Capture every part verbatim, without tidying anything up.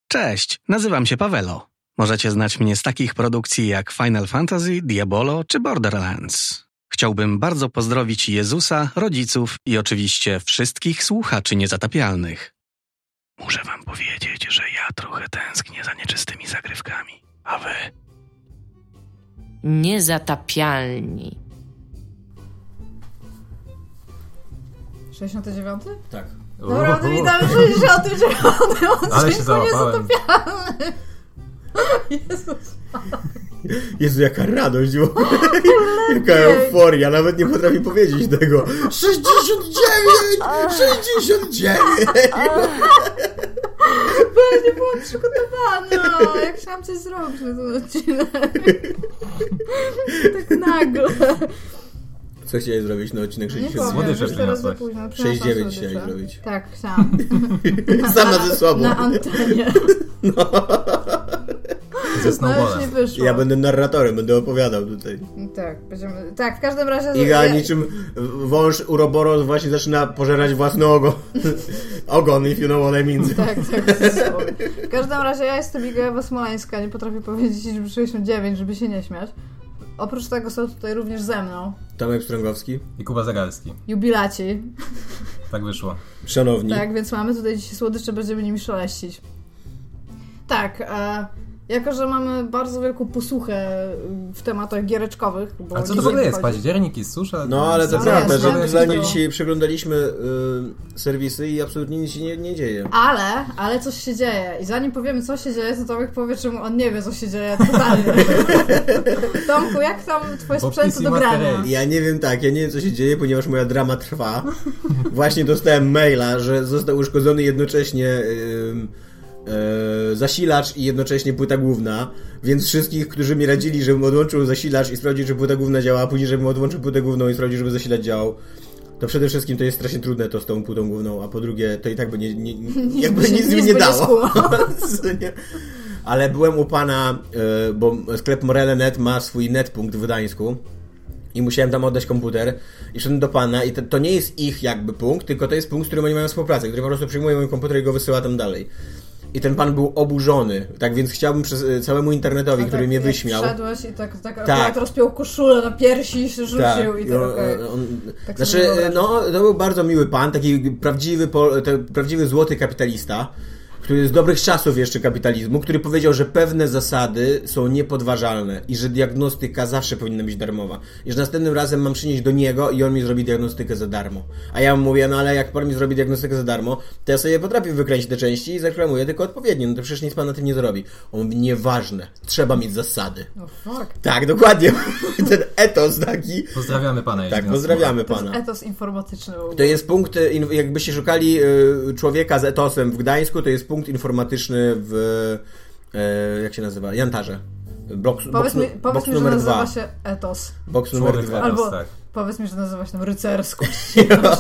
Cześć, nazywam się Pawelo. Możecie znać mnie z takich produkcji jak Final Fantasy, Diabolo czy Borderlands. Chciałbym bardzo pozdrowić Jezusa, rodziców i oczywiście wszystkich słuchaczy niezatapialnych. Muszę wam powiedzieć, że ja trochę tęsknię za nieczystymi zagrywkami. A wy? Niezatapialni. sześćdziesiąty dziewiąty? Tak. Naprawdę witamy w sześćdziesiątym dziewiątym Ale się załapałem. Niezatapialny. Jezus. Jezu, jaka radość, bo jaka euforia, nawet nie potrafię powiedzieć tego. sześćdziesiąt dziewięć! sześćdziesiąt dziewięć! Bo ja nie byłam przygotowana. Jak chciałam coś zrobić na ten odcinek. Tak nagle. Co chciałeś zrobić na odcinek sześćdziesiąt? Słodycze przyniosłaś. sześćdziesiąt dziewięć chciałeś zrobić. Tak, chciałam. Sama ze sobą. Na antenie. No. Ze snowballem. No, ja będę narratorem, będę opowiadał tutaj. Tak, będziemy... tak, w każdym razie... Iga ja... niczym wąż Uroboros właśnie zaczyna pożerać własny ogon. Ogon, if you know what I mean. Tak, tak. W każdym razie ja jestem Iga Ewa Smoleńska, nie potrafię powiedzieć liczby sześćdziesiąt dziewięć, żeby się nie śmiać. Oprócz tego są tutaj również ze mną Tomek Pstrągowski i Kuba Zagalski. Jubilaci. Tak wyszło. Szanowni. Tak, więc mamy tutaj dzisiaj słodycze, będziemy nimi szaleścić. Tak, e, jako że mamy bardzo wielką posłuchę w tematach giereczkowych. Bo a co to w ogóle jest? Październik i susza? No ale to no, prawda, że jest, dla to... mnie dzisiaj przeglądaliśmy y, serwisy i absolutnie nic się nie, nie dzieje. Ale, ale coś się dzieje. I zanim powiemy, co się dzieje, to Tomek powie, czemu on nie wie, co się dzieje totalnie. Tomku, jak tam twoje sprzęty do grania? Ja nie wiem, tak, ja nie wiem, co się dzieje, ponieważ moja drama trwa. Właśnie dostałem maila, że został uszkodzony jednocześnie yy, yy, zasilacz i jednocześnie płyta główna, więc wszystkich, którzy mi radzili, żebym odłączył zasilacz i sprawdził, czy płyta główna działa, a później, żebym odłączył płytę główną i sprawdził, żeby zasilacz działał, to przede wszystkim to jest strasznie trudne to z tą płytą główną, a po drugie to i tak by nie, nie, nie jakby nic, nic mi nie dało. Ale byłem u pana, yy, bo sklep Morele kropka net ma swój netpunkt w Gdańsku i musiałem tam oddać komputer i szedłem do pana i to, to nie jest ich jakby punkt, tylko to jest punkt, z którym oni mają współpracę, który po prostu przyjmuje mój komputer i go wysyła tam dalej. I ten pan był oburzony, tak więc chciałbym przez całemu internetowi, tak, który mnie wyśmiał. Wszedłeś i tak, tak, tak. rozpiął koszulę na piersi i się rzucił tak, i tak, okay. on, tak znaczy, no, to był bardzo miły pan, taki prawdziwy, prawdziwy złoty kapitalista, który z dobrych czasów jeszcze kapitalizmu, który powiedział, że pewne zasady są niepodważalne i że diagnostyka zawsze powinna być darmowa. I że następnym razem mam przynieść do niego i on mi zrobi diagnostykę za darmo. A ja mu mówię, no ale jak pan mi zrobi diagnostykę za darmo, to ja sobie potrafię wykręcić te części i zareklamuję tylko odpowiednio. No to przecież nic pan na tym nie zrobi. On mówi, nieważne, trzeba mieć zasady. Oh fuck. Tak, dokładnie. Ten etos taki. Pozdrawiamy pana. Tak, pozdrawiamy pana. To jest etos informatyczny. To jest punkt, jakbyście szukali człowieka z etosem w Gdańsku, to jest punkt informatyczny w, e, jak się nazywa? Jantarze. Box, powiedz box, mi, powiedz box mi numer że nazywa dwa. się etos. Box numer Człowiek dwa. Etos, albo tak. Powiedz mi, że nazywa się tam rycerskość.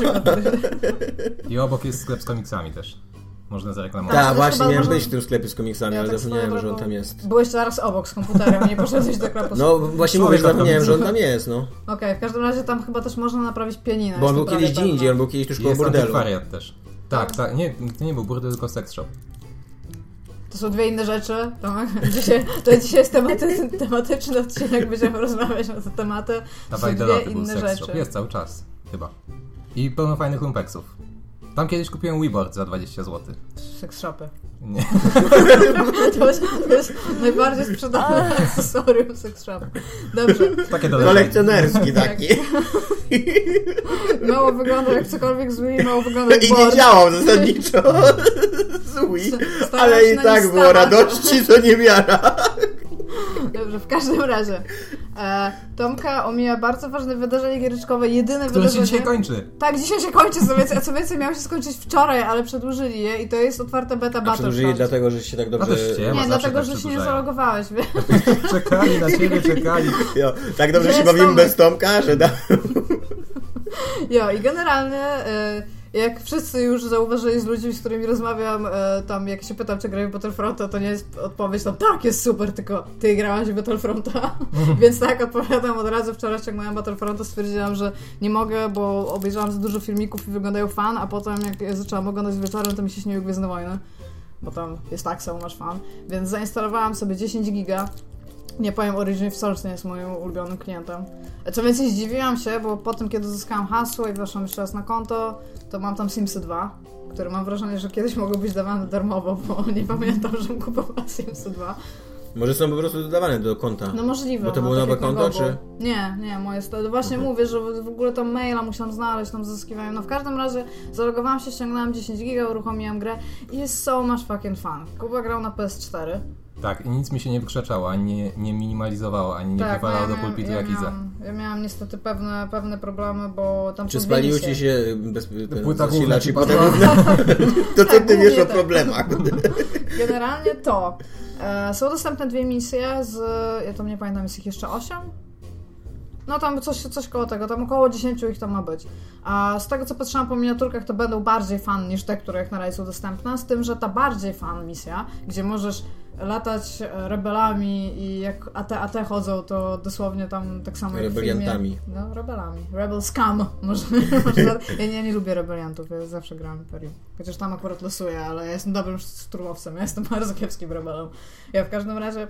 I obok jest sklep z komiksami też. Można zareklamować. Tak, właśnie miałem można... być w tym sklepie z komiksami, ja ale tak zapomniałem, że on tam jest. Byłeś zaraz obok z komputerem, nie poszedłeś do sklepu. No właśnie mówię, że zapomniałem, że on tam jest, no. Okej, okay, w każdym razie tam chyba też można naprawić pianinę. Bo on był kiedyś gdzie indziej, on był kiedyś tuż koło jest bordelu. Antykwariat też. Tak, tak, nie, to nie był burdel, tylko sex shop. To są dwie inne rzeczy. Tak? Dzisiaj, to dzisiaj jest tematy, tematyczny odcinek, będziemy rozmawiać na te tematy. To są dwie inne rzeczy. Shop. Jest cały czas, chyba. I pełno fajnych lumpeksów. Tam kiedyś kupiłem Weeboard za dwadzieścia złotych. Sex shopy. Nie. To jest, to jest najbardziej sprzedawane akcesorium sex shop. Dobrze. Takie kolekcjonerski taki. Mało wygląda jak cokolwiek zły i mało wygląda jak I board. nie działał zasadniczo. Zły. Ale i tak było radości, co nie miara. Dobrze, w każdym razie e, Tomka omija bardzo ważne wydarzenie giereczkowe, jedyne Które wydarzenie... się dzisiaj kończy. Tak, dzisiaj się kończy, co więcej, a co więcej miało się skończyć wczoraj, ale przedłużyli je i to jest otwarta beta Battlefront. Przedłużyli dlatego, że się tak dobrze... Nie, dlatego, że się nie zalogowałeś, wiesz? Czekali na ciebie, czekali. Jo, tak dobrze Jest się bawimy Tomek. bez Tomka, że da... Jo, i generalnie... E, jak wszyscy już zauważyli z ludźmi, z którymi rozmawiam, e, tam jak się pytam, czy grają w Battlefronta, to nie jest odpowiedź tam, tak, jest super, tylko ty grałaś w Battlefronta. Więc tak, odpowiadam od razu. Wczoraj jak miałam Battlefronta, stwierdziłam, że nie mogę, bo obejrzałam za dużo filmików i wyglądają fan, a potem jak zaczęłam oglądać wieczorem, to mi się śniły Gwiezdne Wojny. bo tam jest tak so much fun, więc zainstalowałam sobie dziesięć giga. Nie powiem, Origin Source nie jest moim ulubionym klientem. Co więcej, zdziwiłam się, bo po tym, kiedy uzyskałam hasło i weszłam jeszcze raz na konto, to mam tam Simsy dwa, które mam wrażenie, że kiedyś mogły być dawane darmowo, bo nie pamiętam, żebym kupowała Simsy dwa. Może są po prostu dodawane do konta. No możliwe. Bo to no, było tak nowe konto, czy? Nie, nie, moje sto... Właśnie mhm. mówię, że w ogóle tam maila musiałam znaleźć, tam zyskiwałem. No w każdym razie zalogowałam się, ściągnęłam dziesięć giga, uruchomiłam grę i jest so much fucking fun. Kuba grał na P S cztery. Tak, i nic mi się nie wykrzaczało, ani nie, nie minimalizowało, ani nie tak, wywalało no ja do pulpitu ja jak Iza. Ja miałam niestety pewne, pewne problemy, bo tam Czy spaliły ci się bez, ten płyta główna ci padła? To co tak, ty wiesz o tak. problemach? Generalnie to. E, są dostępne dwie misje z... Ja tam nie pamiętam, jest ich jeszcze osiem? No tam coś, coś koło tego, tam około dziesięć ich tam ma być. A z tego co patrzyłam po miniaturkach, to będą bardziej fan niż te, które jak na razie są dostępne, z tym, że ta bardziej fan misja, gdzie możesz latać rebelami i jak A T A T chodzą, to dosłownie tam tak samo jak w filmie. Rebeliantami. No, rebelami. Rebel scum. Może, może, ja, nie, ja nie lubię rebeliantów, ja zawsze grałam Imperium. Chociaż tam akurat losuję, ale ja jestem dobrym szturmowcem, ja jestem bardzo kiepskim rebelem. Ja w każdym razie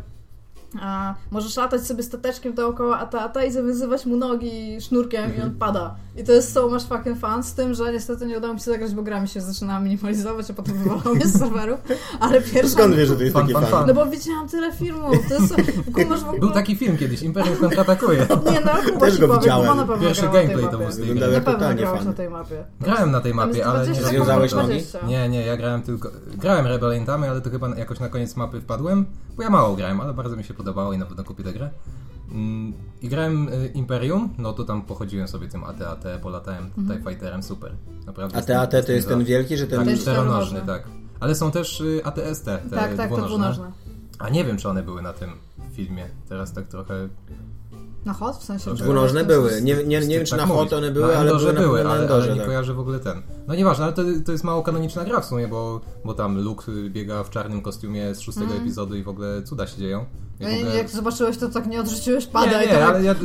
a możesz latać sobie stateczkiem dookoła A T A T i zawiązywać mu nogi sznurkiem i on pada. I to jest so much fucking fun, z tym, że niestety nie udało mi się zagrać, bo gra mi się zaczynała minimalizować, a potem wywalało mnie z serwerów. Ale pierwsza... Skąd wiesz, że to jest Fan, taki fan, fan? fan. No bo widziałam tyle filmów. To jest... Kumasz w ogóle... Był taki film kiedyś, Imperium kontratakuje. Nie, no Kuba Też ci go powie, widziałem. Kuba na pewno Pierwszy grał na tej gameplay to mapie. był z tej Wyglądał gry. Na jak pewno totalnie grałeś fan. na tej mapie. Grałem na tej Tam jest mapie, ale nie dwadzieścia Związałeś sekund, nogi? dwadzieścia. Nie, nie, ja grałem tylko... Grałem rebeliantami, ale to chyba jakoś na koniec mapy wpadłem, bo ja mało grałem, ale bardzo mi się podobało i na pewno kupię tę grę. Mm, I grałem y, Imperium, no to tam pochodziłem sobie tym A T A T, polatałem Mhm. TIE Fighterem, super. Naprawdę A te A T to jest ten wielki, że ten... Tak, To jest czteronożny, czteronożny. tak. Ale są też y, A T S T, te Tak, tak, to dwunożne. dwunożne. A nie wiem, czy one były na tym filmie. Teraz tak trochę... Na hot? W sensie... Dwunożne były. Nie, nie, nie wiem, czy tak na mówić. hot one były, na ale Endorze były na, były, na ale, Endorze, ale nie tak. kojarzę w ogóle ten. No nieważne, ale to, to jest mało kanoniczna gra w sumie, bo, bo tam Luke biega w czarnym kostiumie z szóstego Mm. epizodu i w ogóle cuda się dzieją. I w Ja, ogóle... Jak zobaczyłeś, to tak nie odrzuciłeś pada Nie, i nie, tak ale ja...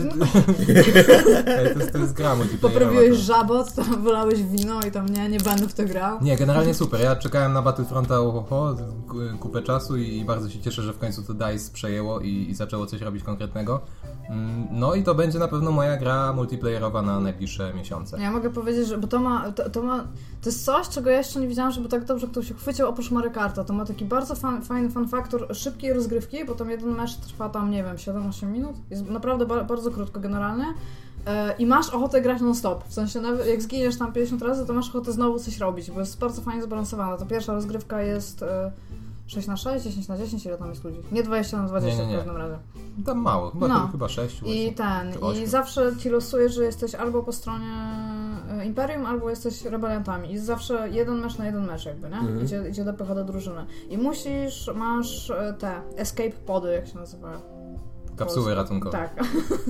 to, jest, to jest gra multiplayerowa. poprawiłeś to- żabot, tam wylałeś wino i tam nie, nie będę w to grał. Nie, generalnie super. Ja czekałem na Battlefronta oho, kupę czasu i, i bardzo się cieszę, że w końcu to D I C E przejęło i, i zaczęło coś robić konkretnego. Mm, No i to będzie na pewno moja gra multiplayerowa na najbliższe miesiące. Ja mogę powiedzieć, że bo to ma, to, to ma, to jest coś, czego ja jeszcze nie widziałam, żeby tak dobrze ktoś się chwycił oprócz Mario Karta. To ma taki bardzo fan, fajny fan faktor szybkiej rozgrywki, bo tam jeden mecz trwa tam, nie wiem, siedem osiem minut. Jest naprawdę ba- bardzo krótko generalnie. E, I masz ochotę grać non-stop. W sensie, nawet jak zginiesz tam pięćdziesiąt razy, to masz ochotę znowu coś robić, bo jest bardzo fajnie zbalansowana. To pierwsza rozgrywka jest e, sześć na sześć, dziesięć na dziesięć, ile tam jest ludzi? Nie dwadzieścia na dwadzieścia Nie, nie, nie. w każdym razie. Tam mało, chyba, No. chyba sześć. I ten, czy i osiem. zawsze ci losuje, że jesteś albo po stronie e, Imperium, albo jesteś rebeliantami. I zawsze jeden mecz na jeden mecz jakby, nie? Mhm. Idzie, idzie dopycha do drużyny. I musisz, masz e, te escape pody, jak się nazywają. Kapsuły ratunkowe. Tak.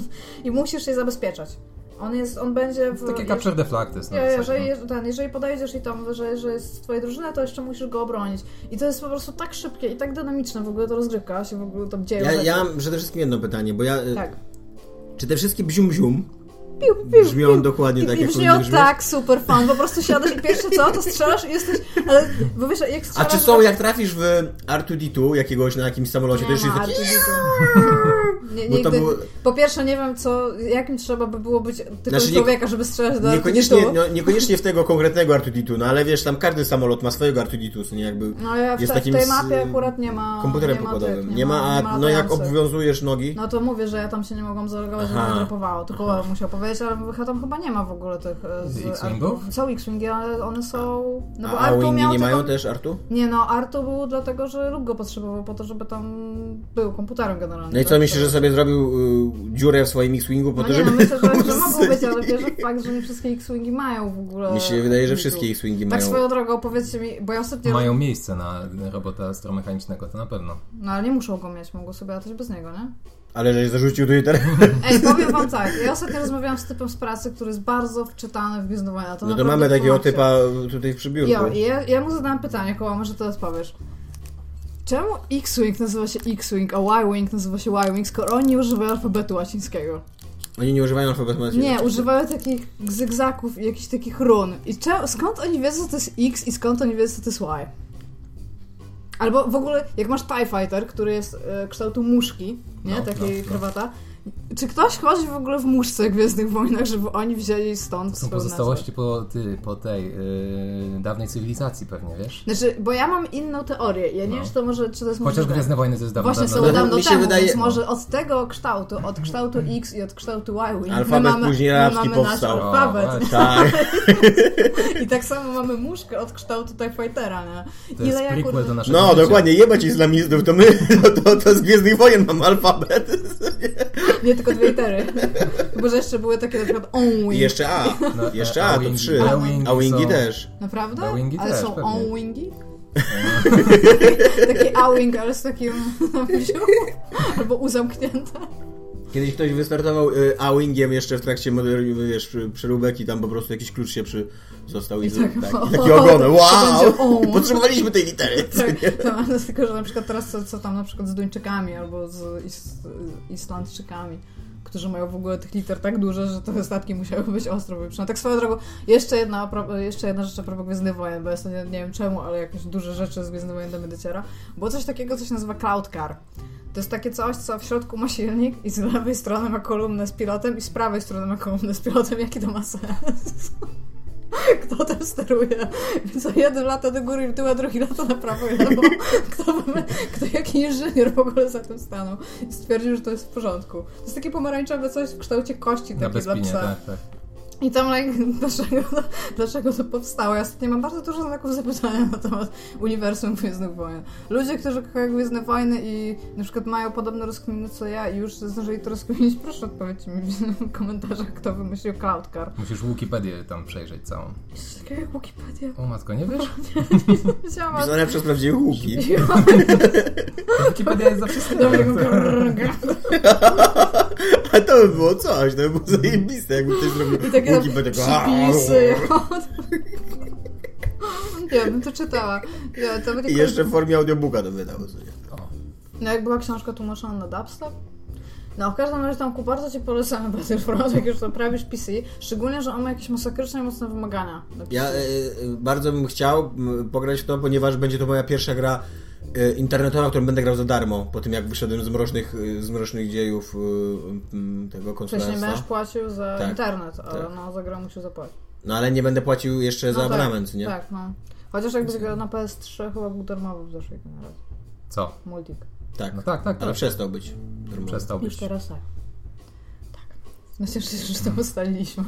I musisz je zabezpieczać. On jest, on będzie w... Takie capture the flag to jest na Ja, zasadzie, jeżeli, no. je- ten, jeżeli podejdziesz i tam, że, że jest z twojej drużyny, to jeszcze musisz go obronić. I to jest po prostu tak szybkie i tak dynamiczne w ogóle ta rozgrywka się w ogóle tam dzieje. Ja, ja mam przede wszystkim jedno pytanie, bo ja... Tak. Czy te wszystkie bzium-bzium Piu, piu, brzmią piu. dokładnie I, tak, i jak brzmią powinny brzmieć? tak, super fan. Po prostu siadasz i pierwsze co, to strzelasz i jesteś... Ale, bo wiesz, jak A strzelasz... czy są, jak trafisz w R dwa D dwa jakiegoś na jakimś samolocie, to Nie jeszcze ma jest taki... R two D two. Nie, Bo to nigdy... było- Po pierwsze nie wiem, co, jakim trzeba by było być typem Znaczy, nie- człowieka, żeby strzelać do Niekoniecznie, R two D two. no, niekoniecznie w tego konkretnego R dwa D dwa, no ale wiesz, tam każdy samolot ma swojego R dwa D dwa, co nie jakby... No ja w, jest te, w takim tej z, mapie y, akurat nie ma... komputerem nie ma pokładowym. tych, Nie ma, a nie ma no jak latających. obwiązujesz nogi... No to mówię, że ja tam się nie mogłam zalogować, że Aha. nie dropowało. To Kuba musiał powiedzieć, ale tam chyba nie ma w ogóle tych... e, Z z X-Wingów? Są X-Wingi, ale one są... No bo A, a R two Wingi miał nie tylko... mają też R dwa? Nie no, R two był dlatego, że Luke go potrzebował po to, żeby tam był komputerem generalnie. No i co, tak? myślisz, że sobie zrobił y, dziurę w swoim X-Wingu po No to, nie, żeby... no myślę, że, że mogą być, ale wierzę w fakt, że nie wszystkie X-Wingi mają w ogóle... Mi się wydaje, że Wingu. wszystkie X-Wingi Tak mają... swoją drogą, powiedzcie mi, bo ja ostatnio... Mają miejsce na robota astromechanicznego, to na pewno. No ale nie muszą go mieć, mogą sobie latać bez niego, nie? Ale żeś zarzucił Twitter? Ej, powiem wam tak, ja ostatnio rozmawiałam z typem z pracy, który jest bardzo wczytany w Gwiezdne Wojny. To No to naprawdę mamy takiego tłumaczy. typa tutaj w przybiórku. Jo, i ja, ja mu zadałam pytanie, koło, może to odpowiesz. Czemu X-Wing nazywa się X-Wing, a Y-Wing nazywa się Y-Wing, skoro oni nie używają alfabetu łacińskiego? Oni nie używają alfabetu łacińskiego. Nie, używają takich zygzaków i jakichś takich run. I cze- skąd oni wiedzą, co to jest X i skąd oni wiedzą, co to jest Y? Albo w ogóle, jak masz TIE Fighter, który jest e, kształtu muszki, nie? No, Takiej no, no. krawata. Czy ktoś chodzi w ogóle w muszce w Gwiezdnych Wojnach, żeby oni wzięli stąd Są swoją pozostałości po, ty, po tej yy, dawnej cywilizacji pewnie, wiesz? Znaczy, bo ja mam inną teorię. Ja nie No. wiem, czy to może, czy to jest Chociaż możliwe. Gwiezdne Wojny to jest dawno, Właśnie dawno. są No, dawno mi się temu, wydaje- więc może od tego kształtu, od kształtu X i od kształtu Y, my Alfabet mamy, później my arabski mamy nasz powstał. O, alfabet. właśnie. Tak. I tak samo mamy muszkę od kształtu TIE Fightera, nie? To jest ja, prequel kurde- do naszego No, życia. dokładnie, jebać islamistów, to my, to, to, to z Gwiezdnych Wojen mam alfabet. Nie, tylko dwie litery. Bo że jeszcze były takie na przykład on-wing. I jeszcze A. No, Jeszcze a A, to wingi- trzy. a wingi A wingi są- też. Naprawdę? A wingi ale też, są pewnie. on-wingi? Taki A-wing, ale z takim na wziął. Albo uzamknięte. Kiedyś ktoś wystartował y, A-wingiem jeszcze w trakcie moder- wiesz, przeróbek i tam po prostu jakiś klucz się przy... został i, I tak, tak, o, i taki ogonek. to Wow! będzie on. Potrzebowaliśmy tej litery. Tak, to mam tylko, że na przykład teraz co, co tam na przykład z Duńczykami albo z Is- Islandczykami, którzy mają w ogóle tych liter tak duże, że te statki musiały być ostro wyprzedzone. Tak swoją drogą, jeszcze jedna, jeszcze jedna rzecz a propos Gwiezdnych Wojen, bo ja nie, nie wiem czemu, ale jakieś duże rzeczy z Gwiezdnych Wojen do mnie dociera. Było coś takiego, co się nazywa Cloud Car. To jest takie coś, co w środku ma silnik i z lewej strony ma kolumnę z pilotem i z prawej strony ma kolumnę z pilotem. Jaki to ma sens? Kto tym steruje? Więc jeden lata do góry i w tył, a drugi lata na prawo i lewo. Kto, kto, jaki inżynier w ogóle za tym stanął i stwierdził, że to jest w porządku. To jest takie pomarańczowe coś w kształcie kości Na takiej dla bezpinie, psa. tak, tak. I tam like, dlaczego, to, dlaczego to powstało? Ja ostatnio mam bardzo dużo znaków zapytania na temat uniwersum Gwiezdnych Wojen. Ludzie, którzy kochają Gwiezdne Wojny i na przykład mają podobne rozkminy co ja i już zdążyli to rozkminić, proszę odpowiedzcie mi w komentarzach, kto wymyślił Cloud Car. Musisz Wikipedię tam przejrzeć całą. Jest takie jak Wikipedia. O matko, nie wiesz? Wiedziałam, Pisane przez prawdziwe łuki. Wikipedia jest za wszystkiego. A to by było coś, to by było zajebiste, jakby ktoś zrobił I takie tam łuki, by tego... przypisy. Ja bym to czytała. Ja, to by I tylko... jeszcze w formie audiobooka to wydało sobie. No jak była książka tłumaczona na dubstep? No w każdym razie tam ku bardzo ci polecamy Battlefront, jak już to prawisz P C, szczególnie, że on ma jakieś masakrycznie mocne wymagania. Ja y, y, bardzo bym chciał y, pograć w to, ponieważ będzie to moja pierwsza gra y, internetowa, którą będę grał za darmo, po tym jak wyszedłem z mrocznych, y, z mrocznych dziejów y, y, tego Wcześniej konsularstwa. będziesz płacił za Tak, internet, ale tak. no za grę musisz zapłacić. No ale nie będę płacił jeszcze No za tak, abonament, nie? Tak, no. Chociaż jakbyś grał na P S trzy chyba był darmowy w zeszłej generacji. Co? Multik. Tak. No tak, tak, Ale tak. przestał być. darmowy. Przestał Już być. teraz tak. Tak. No cieszę się, że to ustaliliśmy.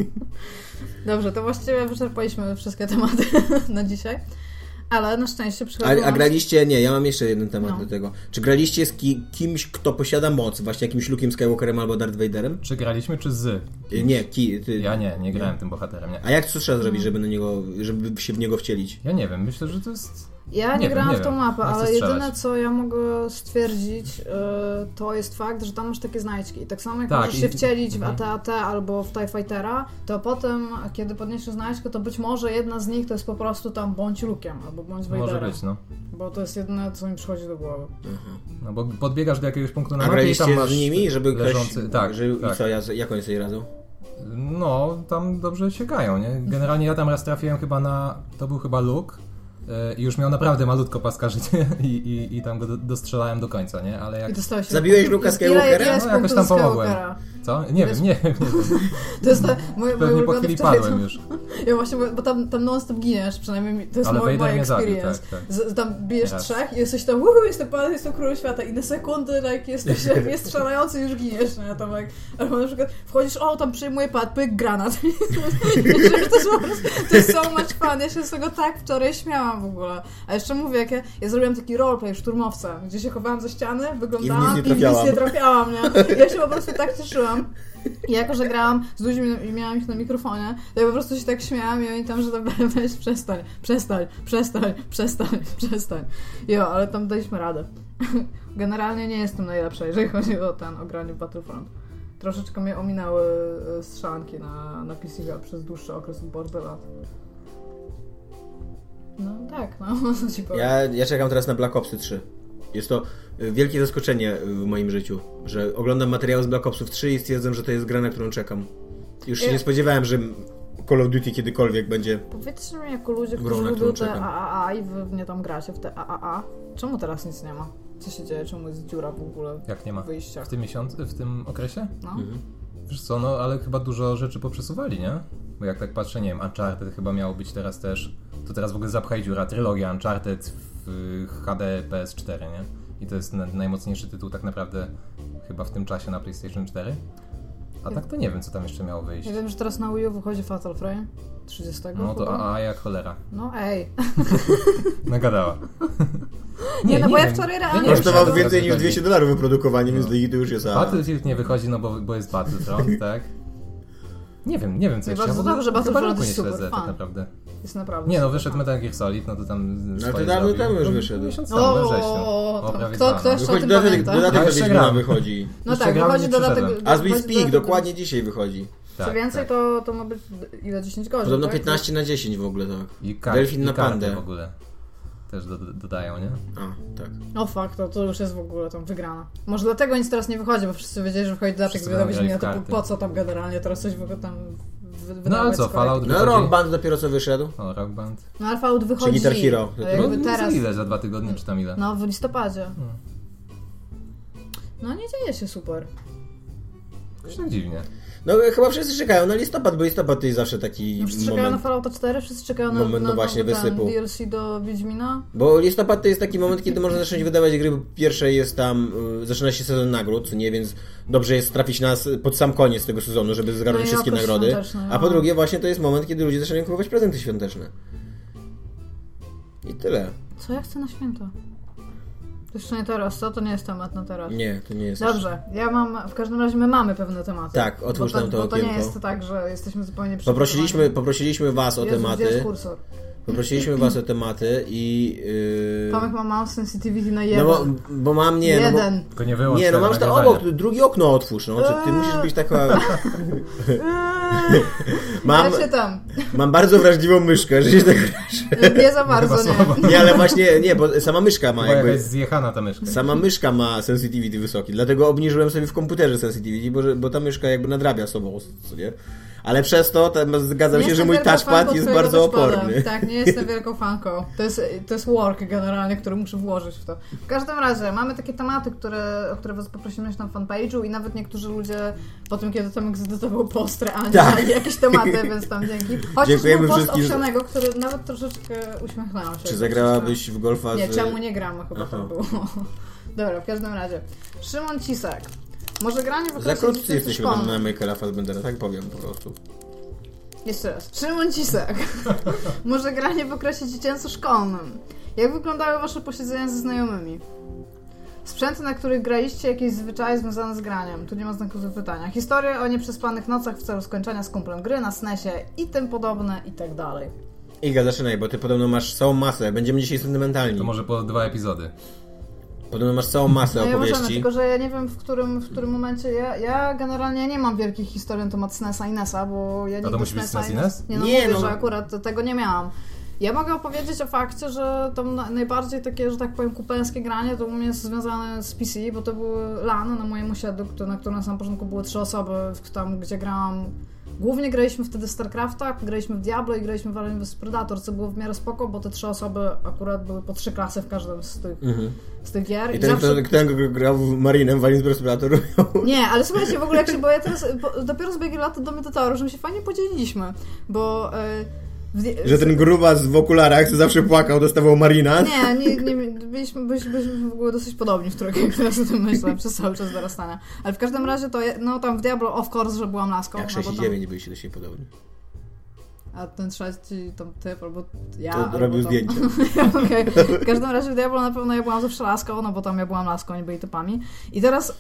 Dobrze, to właściwie wyczerpaliśmy wszystkie tematy na dzisiaj. Ale na szczęście przychodzą A, a nam- graliście, nie, ja mam jeszcze jeden temat No. do tego. Czy graliście z ki, kimś, kto posiada moc, właśnie jakimś Luke'em Skywalkerem albo Darth Vaderem? Czy graliśmy, czy z? Y, Nie, ki, ty. Ja nie, nie grałem tym bohaterem, nie. A jak co trzeba No. zrobić, żeby na niego, żeby się w niego wcielić? Ja nie wiem, myślę, że to jest... Ja nie, Nie wiem, grałam nie w tą wiem. mapę, Nie chcę ale strzelać. jedyne co ja mogę stwierdzić, yy, to jest fakt, że tam masz takie znajdźki. I tak samo jak Tak, możesz i- się wcielić w mhm. A T A T albo w TIE Fightera, to potem, kiedy podniesiesz znajdźkę, to być może jedna z nich to jest po prostu tam bądź Luke'em albo bądź Może Vaderem. być, no. Bo to jest jedyne, co mi przychodzi do głowy. No bo podbiegasz do jakiegoś punktu na A mapie i graliście tam masz z nimi, żeby leżący... ktoś... Tak, że, tak. I co, ja, jak oni sobie radzą? No, tam dobrze sięgają, nie? Generalnie ja tam raz trafiłem chyba na... To był chyba Luke yy, i już miał naprawdę malutko paska życie i, i, i tam go do, dostrzelałem do końca, nie? Ale jak... I dostałeś Zabiłeś Luke'a Skywalkera? Ile, ile jest No, jakoś punktów tam z pomogłem. Skywalkera? Co? Nie wiem, nie wiem, nie wiem. To jest ta, moje, moje Pewnie po ulubione chwili wczoraj padłem to- już. Ja właśnie, bo tam, tam non-stop giniesz, przynajmniej mi- to jest Ale moja Vader moja mnie zabił, experience. tak, tak. Z, tam bijesz Raz. trzech i jesteś tam, uhu, jestem panem, jestem królem świata i na sekundę like, jesteś jak jest strzelający już giniesz, nie? Tam, like, albo na przykład wchodzisz, o tam przyjmuję pad, pyk, granat. to jest po prostu, to jest so much fun, ja się z tego tak wczoraj śmiałam w ogóle. A jeszcze mówię, jak ja, ja zrobiłam taki roleplay w szturmowca, gdzie się chowałam za ściany, wyglądałam I w nic nie i w nic trafiałam. nie trafiałam, nie? Ja się po prostu tak cieszyłam. I jako, że grałam z ludźmi i miałam ich na mikrofonie, to ja po prostu się tak śmiałam i oni tam, że tam weź przestań, przestań, przestań, przestań, przestań. Jo, ale tam daliśmy radę. Generalnie nie jestem najlepsza, jeżeli chodzi o ten, o granie w Battlefront. Troszeczkę mnie ominęły e, strzelanki na, na P C przez dłuższy okres od Borderlands. No tak, no, co ci powiem. Ja, ja czekam teraz na Black Opsy trzy. Jest to y, wielkie zaskoczenie y, w moim życiu, że oglądam materiały z Black Opsów trzy i stwierdzam, że to jest gra, na którą czekam. Już się Ja- nie spodziewałem, że Call of Duty kiedykolwiek będzie. Powiedzcie mi, jako ludzie, Grą, którzy na lubią którą te czekam. A A A i wy w nie tam gracie, w te A A A, czemu teraz nic nie ma? Co się dzieje? Czemu jest dziura w ogóle Jak nie ma? w wyjściach? W tym miesiącu, w tym okresie? No. Mhm. Wiesz co, no ale chyba dużo rzeczy poprzesuwali, nie? Bo jak tak patrzę, nie wiem, Uncharted chyba miało być teraz też, to teraz w ogóle zapchaj dziura, trylogia Uncharted w H D P S cztery, nie? I to jest na, najmocniejszy tytuł tak naprawdę chyba w tym czasie na PlayStation cztery. A tak to nie wiem, co tam jeszcze miało wyjść. Ja wiem, że teraz na Wii U wychodzi Fatal Frame trzydziestego. No to chyba. a, a jak cholera. No ej. Nagadała. Nie, no bo ja wiem. wczoraj Ja realnie nie wiem, Kosztował czy to więcej niż wychodzi. dwieście dolarów wyprodukowanie, więc No. do to już jest A. Battlefield nie wychodzi, no bo, bo jest Battlefront, tak? Nie wiem, nie wiem co Nie, jeszcze. bardzo Ja w ogóle dobrze, chyba Battlefront roku jest nie super śledzę, tak fan. naprawdę. Jest naprawdę. Nie no, super. wyszedł Metal Gear Solid, no to tam No swoje to dawno zrobił. temu już No, wyszedł. Miesiąc temu, we O, wrześniu. to O, prawie kto- dwa, kto no. jeszcze- Wychodzi tym dodatek, pamiętam. dodatek Ja do jeszcze Wiedźmina gram. wychodzi. No Jeszcze tak, gram, wychodzi nie dodatek. przeszedłem. As we wychodzi speak, dodatek- dokładnie dzisiaj wychodzi. Co Tak, więcej, tak. to, to ma być ile? dziesięć godzin, Podobno tak? piętnaście na dziesięć w ogóle, tak. I kar- Delfin i na karty pandę. w ogóle też do, dodają, nie? A, tak. O fuck, to, to już jest w ogóle tam wygrana. Może dlatego nic teraz nie wychodzi, bo wszyscy wiedzieli, że wchodzi dodatek Wszyscy do Wiedźmina, grali w to po, karty. po co tam generalnie teraz coś w ogóle tam wy- No wydawać ale co, z kolei? Fallout No wychodzi? Rock Band dopiero co wyszedł. O, Rock Band. No ale Fallout wychodzi. Guitar Hero. ale No, jakby no teraz. za ile? Za dwa tygodnie czy tam ile? No w listopadzie. No nie dzieje się super. Już tak dziwnie. No chyba wszyscy czekają na listopad, bo listopad to jest zawsze taki No, wszyscy czekają na moment. Fallouta cztery, wszyscy czekają na, Moment, na, no właśnie, na ten wysypu. D L C do Wiedźmina. Bo listopad to jest taki moment, kiedy można zacząć wydawać gry, bo pierwsze jest tam, y, zaczyna się sezon nagród, nie, więc dobrze jest trafić na s- pod sam koniec tego sezonu, żeby zgarnąć No i wszystkie okres nagrody. świąteczny, A po no. drugie właśnie to jest moment, kiedy ludzie zaczynają kupować prezenty świąteczne. I tyle. Co ja chcę na święta? To jeszcze nie teraz, co? To nie jest temat na teraz. Nie, to nie jest... Dobrze, ja mam, w każdym razie my mamy pewne tematy. Tak, otwórz bo nam to Bo to nie okienko. jest tak, że jesteśmy zupełnie Poprosiliśmy, przygotowani. poprosiliśmy was o Jezu, gdzie tematy. jest kursor? Poprosiliśmy was o tematy i... Yy... Tomek ma mouse sensitivity na No jeden. bo, bo mam, nie, no bo... jeden. Tylko nie wyłącz Nie, no tego masz to nagrywania. obok, drugie okno otwórz, no. Czy ty musisz być taka... mam, Ja się tam. mam bardzo wrażliwą myszkę, że się tak... Nie za bardzo, nie. Nie, ale właśnie, nie, bo sama myszka ma Chyba jakby... jakaś zjechana ta myszka. Sama myszka ma sensitivity wysoki, dlatego obniżyłem sobie w komputerze sensitivity, bo, że- bo ta myszka jakby nadrabia sobą, co nie? Ale przez to tam zgadzam Nie się, że jestem mój wielką touchpad fanką jest twojego bardzo touchpada. oporny. Tak, nie jestem wielką fanką. To jest, to jest work generalnie, który muszę włożyć w to. W każdym razie, mamy takie tematy, które, o które was poprosimy na fanpage'u i nawet niektórzy ludzie po tym, kiedy Tomek zedytował post, realnie Tak. dali jakieś tematy, więc tam dzięki. Chociaż Dziękujemy był post wszystkim, że- Owsianego, który nawet troszeczkę uśmiechnęłam się. Czy zagrałabyś w golfa Nie, z... czemu nie gramy, chyba Aha. to było. Dobra, w każdym razie. Szymon Cisek. Może granie w Za okresie krótcy dziecięcy jesteśmy tam szkolnym. na Michaela Fassbendera, tak powiem po prostu. Jeszcze raz. Szymon Cisek. Może granie w okresie dziecięco-szkolnym. Jak wyglądały wasze posiedzenia ze znajomymi? Sprzęty, na których graliście, jakieś zwyczaje związane z graniem. Tu nie ma znaku zapytania. Historie o nieprzespanych nocach w celu skończenia z kumplem gry na snesie i tym podobne i tak dalej. Iga, zaczynaj, bo ty podobno masz całą masę. Będziemy dzisiaj sentymentalni. To może po dwa epizody. Podobno masz całą masę No ja możemy, opowieści. tylko że ja nie wiem w którym, w którym momencie ja, ja generalnie nie mam wielkich historii na temat SNESa i NESa, bo ja to nigdy musi być SNESa SNES i i NES? Nie, no Nie, mówię, no. że akurat tego nie miałam. Ja mogę opowiedzieć o fakcie, że tam na, najbardziej takie, że tak powiem, kupeńskie granie to u mnie jest związane z P C, bo to były LAN na moim osiedlu, który- na którym na samym początku były trzy osoby, w- tam gdzie grałam. Głównie graliśmy wtedy w StarCrafta, graliśmy w Diablo i graliśmy w Alien versus. Predator, co było w miarę spoko, bo te trzy osoby akurat były po trzy klasy w każdym z tych, Mhm. z tych gier. I ten, zawsze... kto, ten, kto grał w Marinem, w Alien versus. Predator, miał... Nie, ale słuchajcie, w ogóle jak się, bo ja teraz, bo dopiero z biegiem lat do mnie dotarło, że my się fajnie podzieliliśmy, bo... Yy, w, Że ten grubas w okularach, co zawsze płakał, dostawał Marina. Nie, nie, nie byliśmy, byliśmy, byliśmy w ogóle dosyć podobni w trójkę, jak teraz o tym myślę, przez cały czas dorastania. Ale w każdym razie to, je- no tam w Diablo of course, że byłam laską. Jak no, sześć bo i tam, dziewięć byliście do siebie podobni. a ten trzeci tam typ, albo ja, To albo robił tam... zdjęcia. Okej. W każdym razie w Diablo na pewno ja byłam zawsze laską, no bo tam ja byłam laską, oni byli typami. I teraz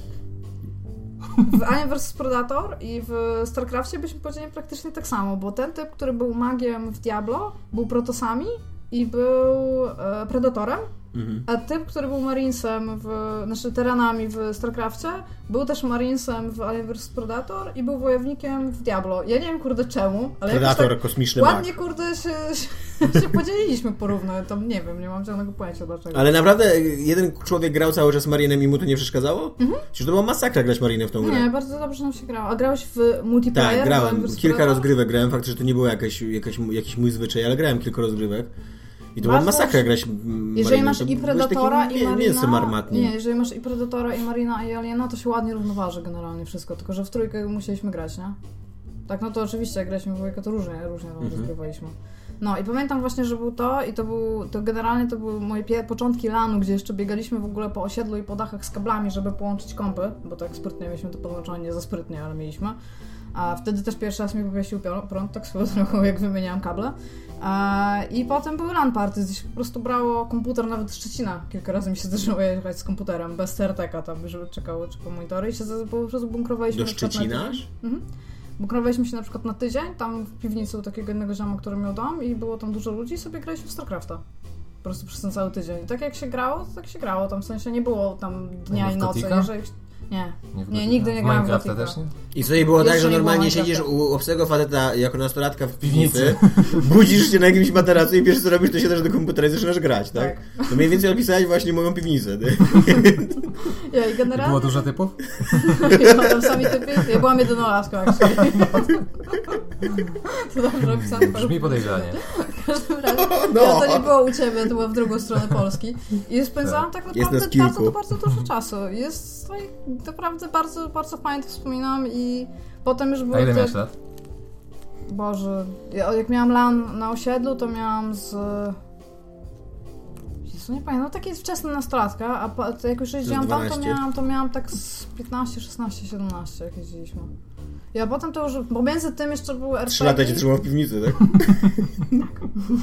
w Alien versus. Predator i w StarCraftie byśmy powiedzieli praktycznie tak samo, bo ten typ, który był magiem w Diablo, był protosami i był e, predatorem, Mhm. a typ, który był marinesem, w, znaczy teranami w StarCraftie, był też marinesem w Alien versus. Predator i był wojownikiem w Diablo. Ja nie wiem, kurde, czemu, ale jakoś Predator, tak kosmiczny mag. ładnie, kurde, się, się Tak się podzieliliśmy porówno, tam nie wiem, nie mam żadnego pojęcia dlaczego. Ale naprawdę jeden człowiek grał cały czas Marinem i mu to nie przeszkadzało? Mhm. Czyż to była masakra grać Marinem w tą grę? Nie, bardzo dobrze nam się grało. A grałeś w multiplayer? Tak, grałem. Kilka rozgrywek grałem, faktycznie to nie było jakaś, jakaś, jakiś mój zwyczaj, ale grałem kilka rozgrywek. I to była masakra grać Marinem. Jeżeli masz i Predatora taki, i Marina... Nie, nie jestem armatni. Nie, jeżeli masz i Predatora, i Marina, i Aliena, to się ładnie równoważy generalnie wszystko, tylko że w trójkę musieliśmy grać, nie? Tak, no to oczywiście, jak graliśmy w dwójkę, to różnie, różnie tam mhm. rozgrywaliśmy. No i pamiętam właśnie, że był to i to był, to generalnie to były moje pie- początki lanu, gdzie jeszcze biegaliśmy w ogóle po osiedlu i po dachach z kablami, żeby połączyć kompy, bo tak sprytnie mieliśmy to podłączone, nie za sprytnie, ale mieliśmy. A wtedy też pierwszy raz mi powiesił prąd, tak swoją drogą, jak wymieniałam kable. A, I potem były LAN party, gdzieś po prostu brało komputer nawet z Szczecina. Kilka razy mi się zdarzyło jechać z komputerem, bez C R T-ka tam, żeby czekało, czekało monitory i się po prostu bunkrowaliśmy. Do Szczecina? Mhm. Bunkrowaliśmy się na przykład na tydzień, tam w piwnicy u takiego jednego zioma, który miał dom i było tam dużo ludzi i sobie graliśmy w StarCrafta. Po prostu przez ten cały tydzień. I tak jak się grało, to tak się grało. Tam w sensie nie było tam dnia i nocy. Jeżeli... Nie, nie, nie nigdy nie grałem w Gothica. Też nie? I sobie było tak, że normalnie siedzisz u obcego faceta jako nastolatka w piwnicy, budzisz się na jakimś materacu i pierwsze co robisz, to siadasz do komputera i zaczynasz grać, tak? tak. To mniej więcej opisałeś właśnie moją piwnicę. Ja, i generalnie... Było dużo typów? Ja, tam sami typy. Ja byłam jedynolaską, actually. To dobrze opisane. Brzmi podejrzanie. W każdym razie, no. Ja to nie było u ciebie, to było w drugą stronę Polski. I spędzałam tak, tak naprawdę bardzo, bardzo dużo czasu. Jest naprawdę bardzo, bardzo fajnie to wspominam i potem już było... A ile te... miałeś lat? Boże, ja, jak miałam LAN na osiedlu, to miałam z... Jezu, nie pamiętam, no takie wczesna nastolatka, a po, jak już jeździłam tam, to miałam, to miałam tak z piętnaście, szesnaście, siedemnaście, jak jeździliśmy. Ja potem to już, bo między tym jeszcze były er pe gie. Trzy lata cię trzymał w piwnicy, tak? Tak.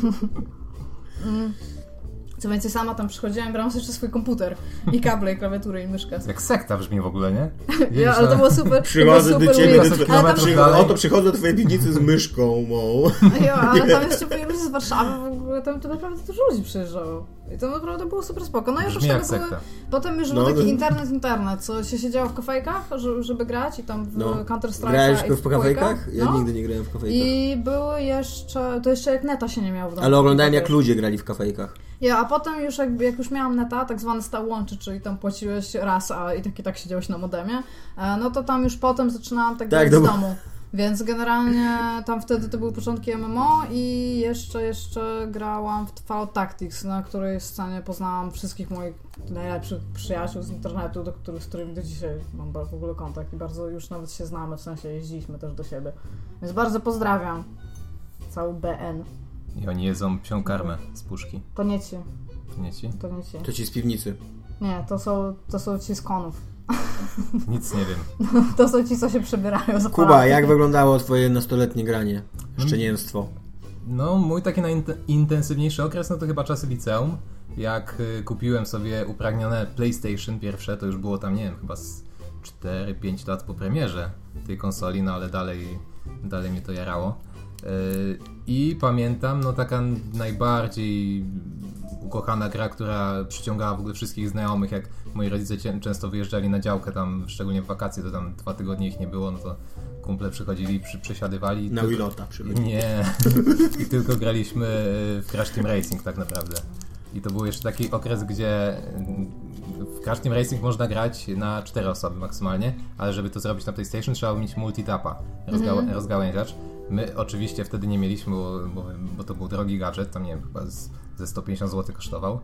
mm. Co więcej, sama tam przychodziłam, brałam sobie jeszcze swój komputer i kable, i klawiaturę, i myszkę. Jak sekta brzmi w ogóle, nie? Ja, ale to było super. Przychodzę do ciebie, do tam... przy... oto przychodzę do twojej piwnicy z myszką mą. Jo, ale tam jeszcze byli ludzie z Warszawy, w ogóle tam to naprawdę dużo ludzi przyjeżdżało. I to naprawdę było super spoko. No i już brzmi tego jak były... sekta. Potem już był no, taki to... internet, internet, co się siedziało w kafejkach, żeby grać i tam w no. Counter-Strike'a. Grałeś w w kafejkach? Ja no. nigdy nie grałem w kafejkach. I były jeszcze, to jeszcze jak neta się nie miało w domu. Ale oglądałem jak ludzie grali w kafejkach. Ja, a potem już jakby, jak już miałam neta, tak zwany stał łączy, czyli tam płaciłeś raz, a i tak i tak siedziałeś na modemie, no to tam już potem zaczynałam tak, tak grać z domu. Więc generalnie tam wtedy to były początki M M O i jeszcze, jeszcze grałam w Fallout Tactics, na której scenie poznałam wszystkich moich najlepszych przyjaciół z internetu, do których, z którymi do dzisiaj mam w ogóle kontakt i bardzo już nawet się znamy, w sensie jeździliśmy też do siebie. Więc bardzo pozdrawiam cały B N. I oni jedzą psią karmę z puszki. To nie ci. To nie ci? To nie ci. To ci z piwnicy. Nie, to są, to są ci z konów. Nic nie wiem. To są ci, co się przebierają za Kuba, Polacy. jak wyglądało twoje nastoletnie granie? Szczenięctwo. No, mój taki najintensywniejszy okres, no to chyba czasy liceum. Jak y, kupiłem sobie upragnione PlayStation pierwsze, to już było tam, nie wiem, chyba z cztery pięć lat po premierze tej konsoli, no ale dalej, dalej mnie to jarało. Y, I pamiętam, no taka najbardziej ukochana gra, która przyciągała w ogóle wszystkich znajomych, jak moi rodzice często wyjeżdżali na działkę tam, szczególnie w wakacje, to tam dwa tygodnie ich nie było, no to kumple przychodzili i przy, przesiadywali. Na Willota przychodzili. Nie. I tylko graliśmy w Crash Team Racing tak naprawdę. I to był jeszcze taki okres, gdzie w Crash Team Racing można grać na cztery osoby maksymalnie, ale żeby to zrobić na PlayStation trzeba mieć multitapa, rozga- mm-hmm. rozgałęziacz. My oczywiście wtedy nie mieliśmy, bo, bo, bo to był drogi gadżet, tam nie wiem, chyba z, ze sto pięćdziesiąt złotych kosztował.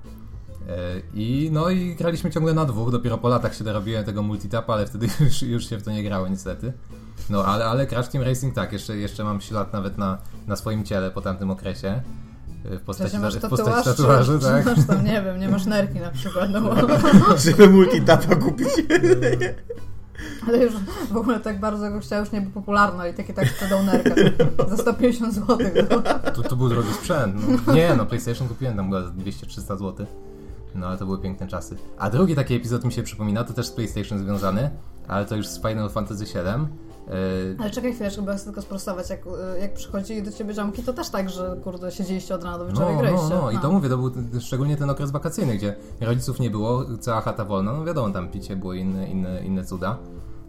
I no i graliśmy ciągle na dwóch, dopiero po latach się dorobiłem tego multitapa, ale wtedy już, już się w to nie grało niestety. No ale, ale Crash Team Racing tak, jeszcze, jeszcze mam ślad nawet na, na swoim ciele po tamtym okresie. W postaci, masz w postaci tatuażu, tak? Masz tam, nie wiem, nie masz nerki na przykład. No bo... Żeby multitapa kupić. Ale już w ogóle tak bardzo go chciała, już nie był popularna i takie tak sprzedał nerkę za sto pięćdziesiąt złotych. No. To, to był drogi sprzęt. No. Nie, no PlayStation kupiłem tam za dwieście trzysta złotych. No ale to były piękne czasy. A drugi taki epizod mi się przypomina, to też z PlayStation związany, ale to już z Final Fantasy siedem. Yy... Ale czekaj chwileczkę, bo ja chcę tylko sprostować. Jak, jak przychodzili do ciebie ziomki, to też tak, że kurde, siedzieliście od rana do wieczora no, i graliście. No, no, i to mówię, to był szczególnie ten okres wakacyjny, gdzie rodziców nie było, cała chata wolna, no wiadomo, tam picie było inne, inne, inne cuda.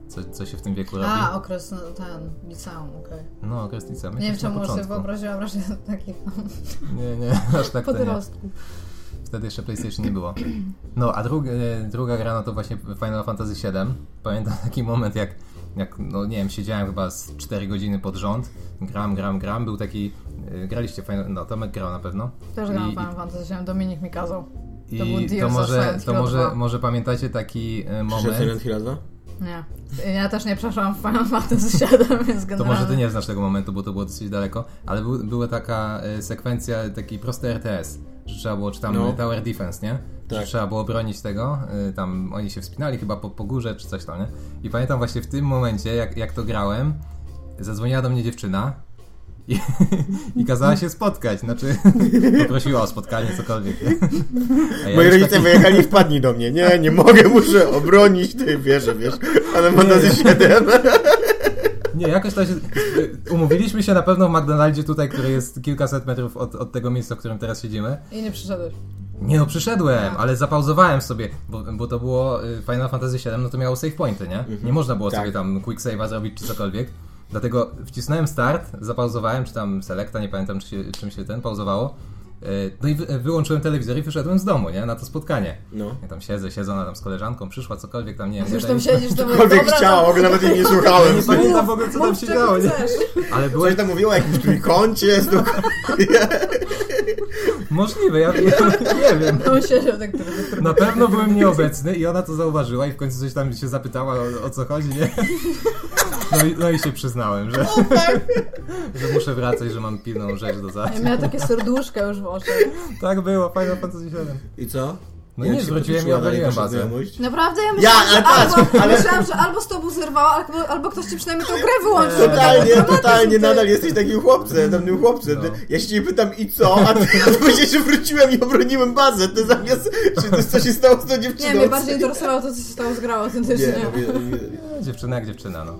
co, co się w tym wieku robi. A, okres no, ten, liceum, okej. Okay. No, okres liceum. Nie wiem, czemu sobie wyobraziłam raczej takich Nie, nie, aż tak to nie. podrostków. Wtedy jeszcze PlayStation nie było. No, a druga, druga gra no to właśnie Final Fantasy siedem. Pamiętam taki moment, jak, jak no nie wiem, siedziałem chyba z cztery godziny pod rząd. Gram, gram, gram. Był taki... Graliście Final... No, Tomek grał na pewno. Też grałem Final Fantasy siedem, Dominik mi kazał. To I to może, to może, może pamiętacie taki moment... Silent Hill dwa? Nie. Ja też nie przeszłam w Final Fantasy siedem, więc generalnie... To może ty nie znasz tego momentu, bo to było dosyć daleko, ale był, była taka sekwencja, taki prosty R T S, że trzeba było, czy tam no. Tower Defense, nie? Tak. Że trzeba było bronić tego, tam oni się wspinali chyba po, po górze, czy coś tam, nie? I pamiętam właśnie w tym momencie, jak, jak to grałem, zadzwoniła do mnie dziewczyna i, i kazała się spotkać, znaczy poprosiła o spotkanie, cokolwiek. Ja Moi rodzice taki... wyjechali, wpadnij do mnie. Nie, nie mogę, muszę obronić tej wieży, wiesz, ale Fantasy siedem. Nie, jakoś to się... Umówiliśmy się na pewno w McDonaldzie tutaj, który jest kilkaset metrów od, od tego miejsca, w którym teraz siedzimy. I nie przyszedłeś. Nie no, przyszedłem, ale zapauzowałem sobie, bo, bo to było Final Fantasy siedem, no to miało save pointy, nie? Nie można było tak. sobie tam quick save'a zrobić czy cokolwiek. Dlatego wcisnąłem start, zapauzowałem, czy tam selecta, nie pamiętam czy się, czym się ten pauzowało. No i wy, wyłączyłem telewizor i wyszedłem z domu, nie? Na to spotkanie. No. Ja tam siedzę, siedzę, ona tam z koleżanką przyszła, cokolwiek tam, nie wiem. Już tam siedzisz, to cokolwiek chciała, w nawet jej nie słuchałem. Nie pamiętam w ogóle, co tam się działo, nie? Ale byłeś tam mówiła o jakimś trójkącie, jest Możliwe, ja, ja nie wiem. On siedział tak Na pewno byłem nieobecny i ona to zauważyła i w końcu coś tam się zapytała, o, o co chodzi, nie? No i, no i się przyznałem, że, że muszę wracać, że mam pilną rzecz do załatwienia. Ja miała takie serduszka już w oczach. Tak było, Final Fantasy siedem. I co? No nie, zwróciłem i obroniłem bazę. Naprawdę? Ja myślałam, ja, ale że, patrz, albo, ale... myślałam, że albo z tobą zerwała, albo, albo ktoś ci przynajmniej tą grę wyłączył. Totalnie, totalnie, nadal jesteś takim chłopcem, tamtym chłopcem. No. Ja się ciebie pytam i co, a ty powiedziałeś, że wróciłem i obroniłem bazę. To zamiast, czy to co się stało z tą dziewczyną? Nie, mnie bardziej interesowało to, co się stało z grą autentycznie. Nie, nie, nie, nie. Dziewczyna jak dziewczyna, no.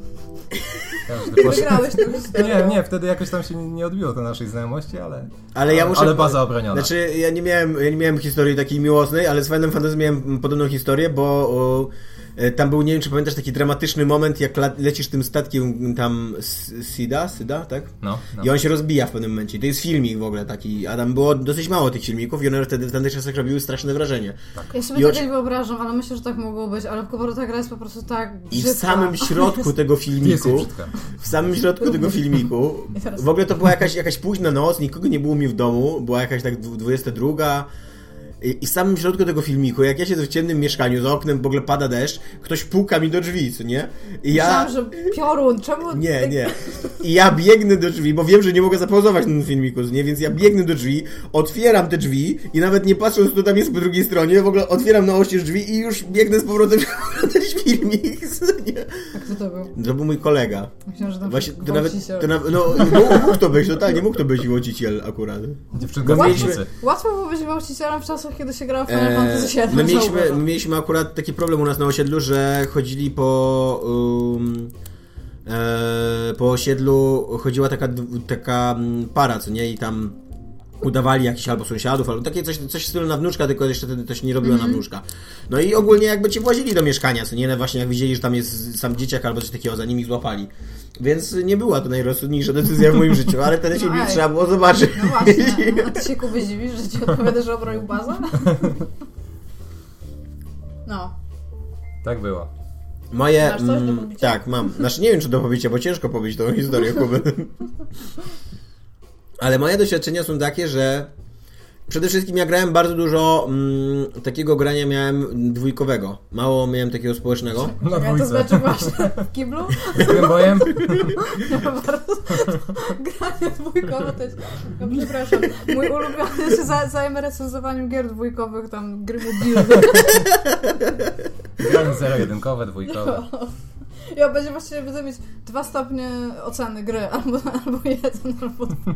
Wygrałeś tę historię. Nie, nie, wtedy jakoś tam się nie odbiło to naszej znajomości, ale, ale, ja muszę, ale baza obroniona. Znaczy, ja nie miałem, ja nie miałem historii takiej miłosnej, ale z Final Fantasy miałem podobną historię, bo o, tam był, nie wiem czy pamiętasz, taki dramatyczny moment, jak lecisz tym statkiem tam Sida, Sida, tak? No, no. I on się rozbija w pewnym momencie. To jest filmik w ogóle taki, a tam było dosyć mało tych filmików i one wtedy w tamtych czasach robiły straszne wrażenie. Tak. Ja sobie tego nie wyobrażam, ale myślę, że tak mogło być, ale po ta gra jest po prostu tak brzydka. I w samym środku tego filmiku, w samym środku tego filmiku, w ogóle to była jakaś, jakaś późna noc, nikogo nie było mi w domu, była jakaś tak dwudziesta druga. I w samym środku tego filmiku, jak ja siedzę w ciemnym mieszkaniu, za oknem w ogóle pada deszcz, ktoś puka mi do drzwi, co nie? I ja... Myślałam, że piorun, czemu... Nie, nie. I ja biegnę do drzwi, bo wiem, że nie mogę zapauzować na tym filmiku, nie? Więc ja biegnę do drzwi, otwieram te drzwi i nawet nie patrząc, kto tam jest po drugiej stronie, w ogóle otwieram na oścież drzwi i już biegnę z powrotem na ten filmik, co nie? A kto to był? To był mój kolega. Myślałem, że tam Właśnie, to nawet, to nawet, no, no, mógł to być, totalnie mógł to być gwałciciel akurat. Dziewczynka łatwo, mieliśmy... łatwo było być gwałcicielem w czasach, kiedy się grało w Final Fantasy siedem. My mieliśmy, my mieliśmy akurat taki problem u nas na osiedlu, że chodzili po um, e, po osiedlu chodziła taka, taka para, co nie? I tam udawali jakichś albo sąsiadów, albo takie coś, coś w stylu na wnuczka, tylko jeszcze wtedy to się nie robiło mm-hmm. na wnuczka. No i ogólnie jakby cię włazili do mieszkania, co nie? No właśnie jak widzieli, że tam jest sam dzieciak albo coś takiego, za nimi złapali. Więc nie była to najrozsądniejsza decyzja w moim życiu, ale ten filmik no trzeba było zobaczyć. No właśnie, a ty się Kuby dziwisz, że ci odpowiada, że obronił bazę? No. Tak było. Moje... Masz coś do pobicia? Tak, mam. Znaczy nie wiem, czy do pobicia, bo ciężko pobić tą historię Kuby. Ale moje doświadczenia są takie, że przede wszystkim ja grałem bardzo dużo mm, takiego grania miałem dwójkowego. Mało miałem takiego społecznego. Na ja to znaczy właśnie w kiblu? Z tym bojem? Ja bardzo... Granie dwójkowe to jest... No, przepraszam. Mój ulubiony się za, zajmę recenzowaniem gier dwójkowych, tam gry mobilne. Grałem zero-jedynkowe, dwójkowe. No. Ja będzie właściwie będę mieć dwa stopnie oceny gry, albo, albo jeden, albo dwa.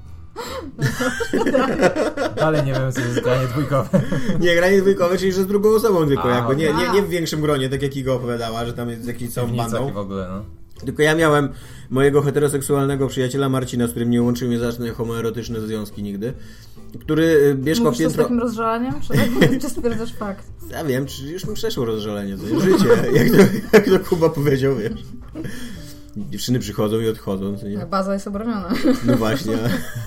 Ale nie wiem, co jest granie dwójkowe. Nie, granie dwójkowe, czyli że z drugą osobą tylko, a, jakby nie, nie, nie w większym gronie, tak jak Iga opowiadała, że tam jest jakiś całą bandą. w ogóle, no. Tylko ja miałem mojego heteroseksualnego przyjaciela Marcina, z którym nie łączyły mnie żadne homoerotyczne związki nigdy, który mieszkał Mówisz piętro... to z takim rozżaleniem? Czy, tak, czy stwierdzasz fakt? Ja wiem, czy już mi przeszło rozżalenie, to jest życie, jak to, jak to Kuba powiedział, wiesz. Dziewczyny przychodzą i odchodzą, co nie? Baza jest obroniona. No właśnie.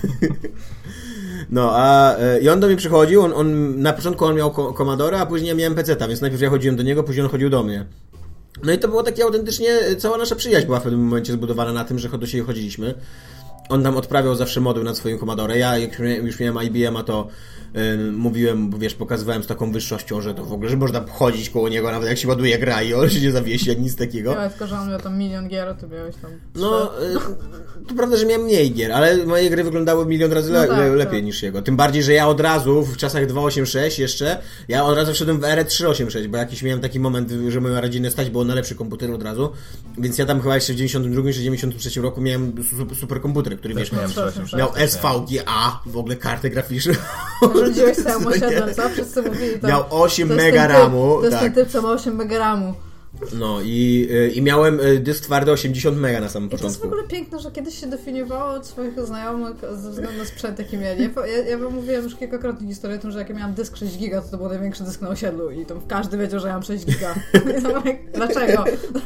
No, a i on do mnie przychodził, on, on na początku on miał Commodore, a później ja miałem peceta, więc najpierw ja chodziłem do niego, później on chodził do mnie. No i to było takie autentycznie, cała nasza przyjaźń była w pewnym momencie zbudowana na tym, że do siebie chodziliśmy. On tam odprawiał zawsze moduł na swoim Commodore. Ja, jak już miałem I B M a, to yy, mówiłem, bo wiesz, pokazywałem z taką wyższością, że to w ogóle, że można chodzić koło niego, nawet jak się ładuje gra i on się nie zawiesi, ani nic takiego. Ja, tylko że on miał tam milion gier, a ty miałeś tam No, yy, to prawda, że miałem mniej gier, ale moje gry wyglądały milion razy le- no tak, le- lepiej tak. niż jego. Tym bardziej, że ja od razu, w czasach dwa osiem sześć jeszcze, ja od razu wszedłem w erę trzy osiem sześć, bo jakiś miałem taki moment, że moja rodzinę stać było na lepszy komputer od razu, więc ja tam chyba jeszcze w dziewięćdziesiątym drugim czy dziewięćdziesiątym trzecim roku miałem super, super komputer, który Też wiesz, miałem trzy osiem sześć. miał S V G A, w ogóle kartę graficzną. Rządziłeś całym osiedlem, co? Wszyscy mówili tam. Miał osiem to jest mega ten typ- ramu. To jest Tak. ten typ, co ma osiem mega ramu. No i, i miałem dysk twardy osiemdziesiąt mega na samym I to jest w początku. ogóle piękne, że kiedyś się definiowało swoich znajomych ze względu na sprzęt, jaki mieli. Ja, ja, ja wam mówiłem już kilkakrotnie historię o tym, że jak ja miałam dysk sześć giga, to to był największy dysk na osiedlu i tam każdy wiedział, że ja mam sześć giga. I to jak, dlaczego?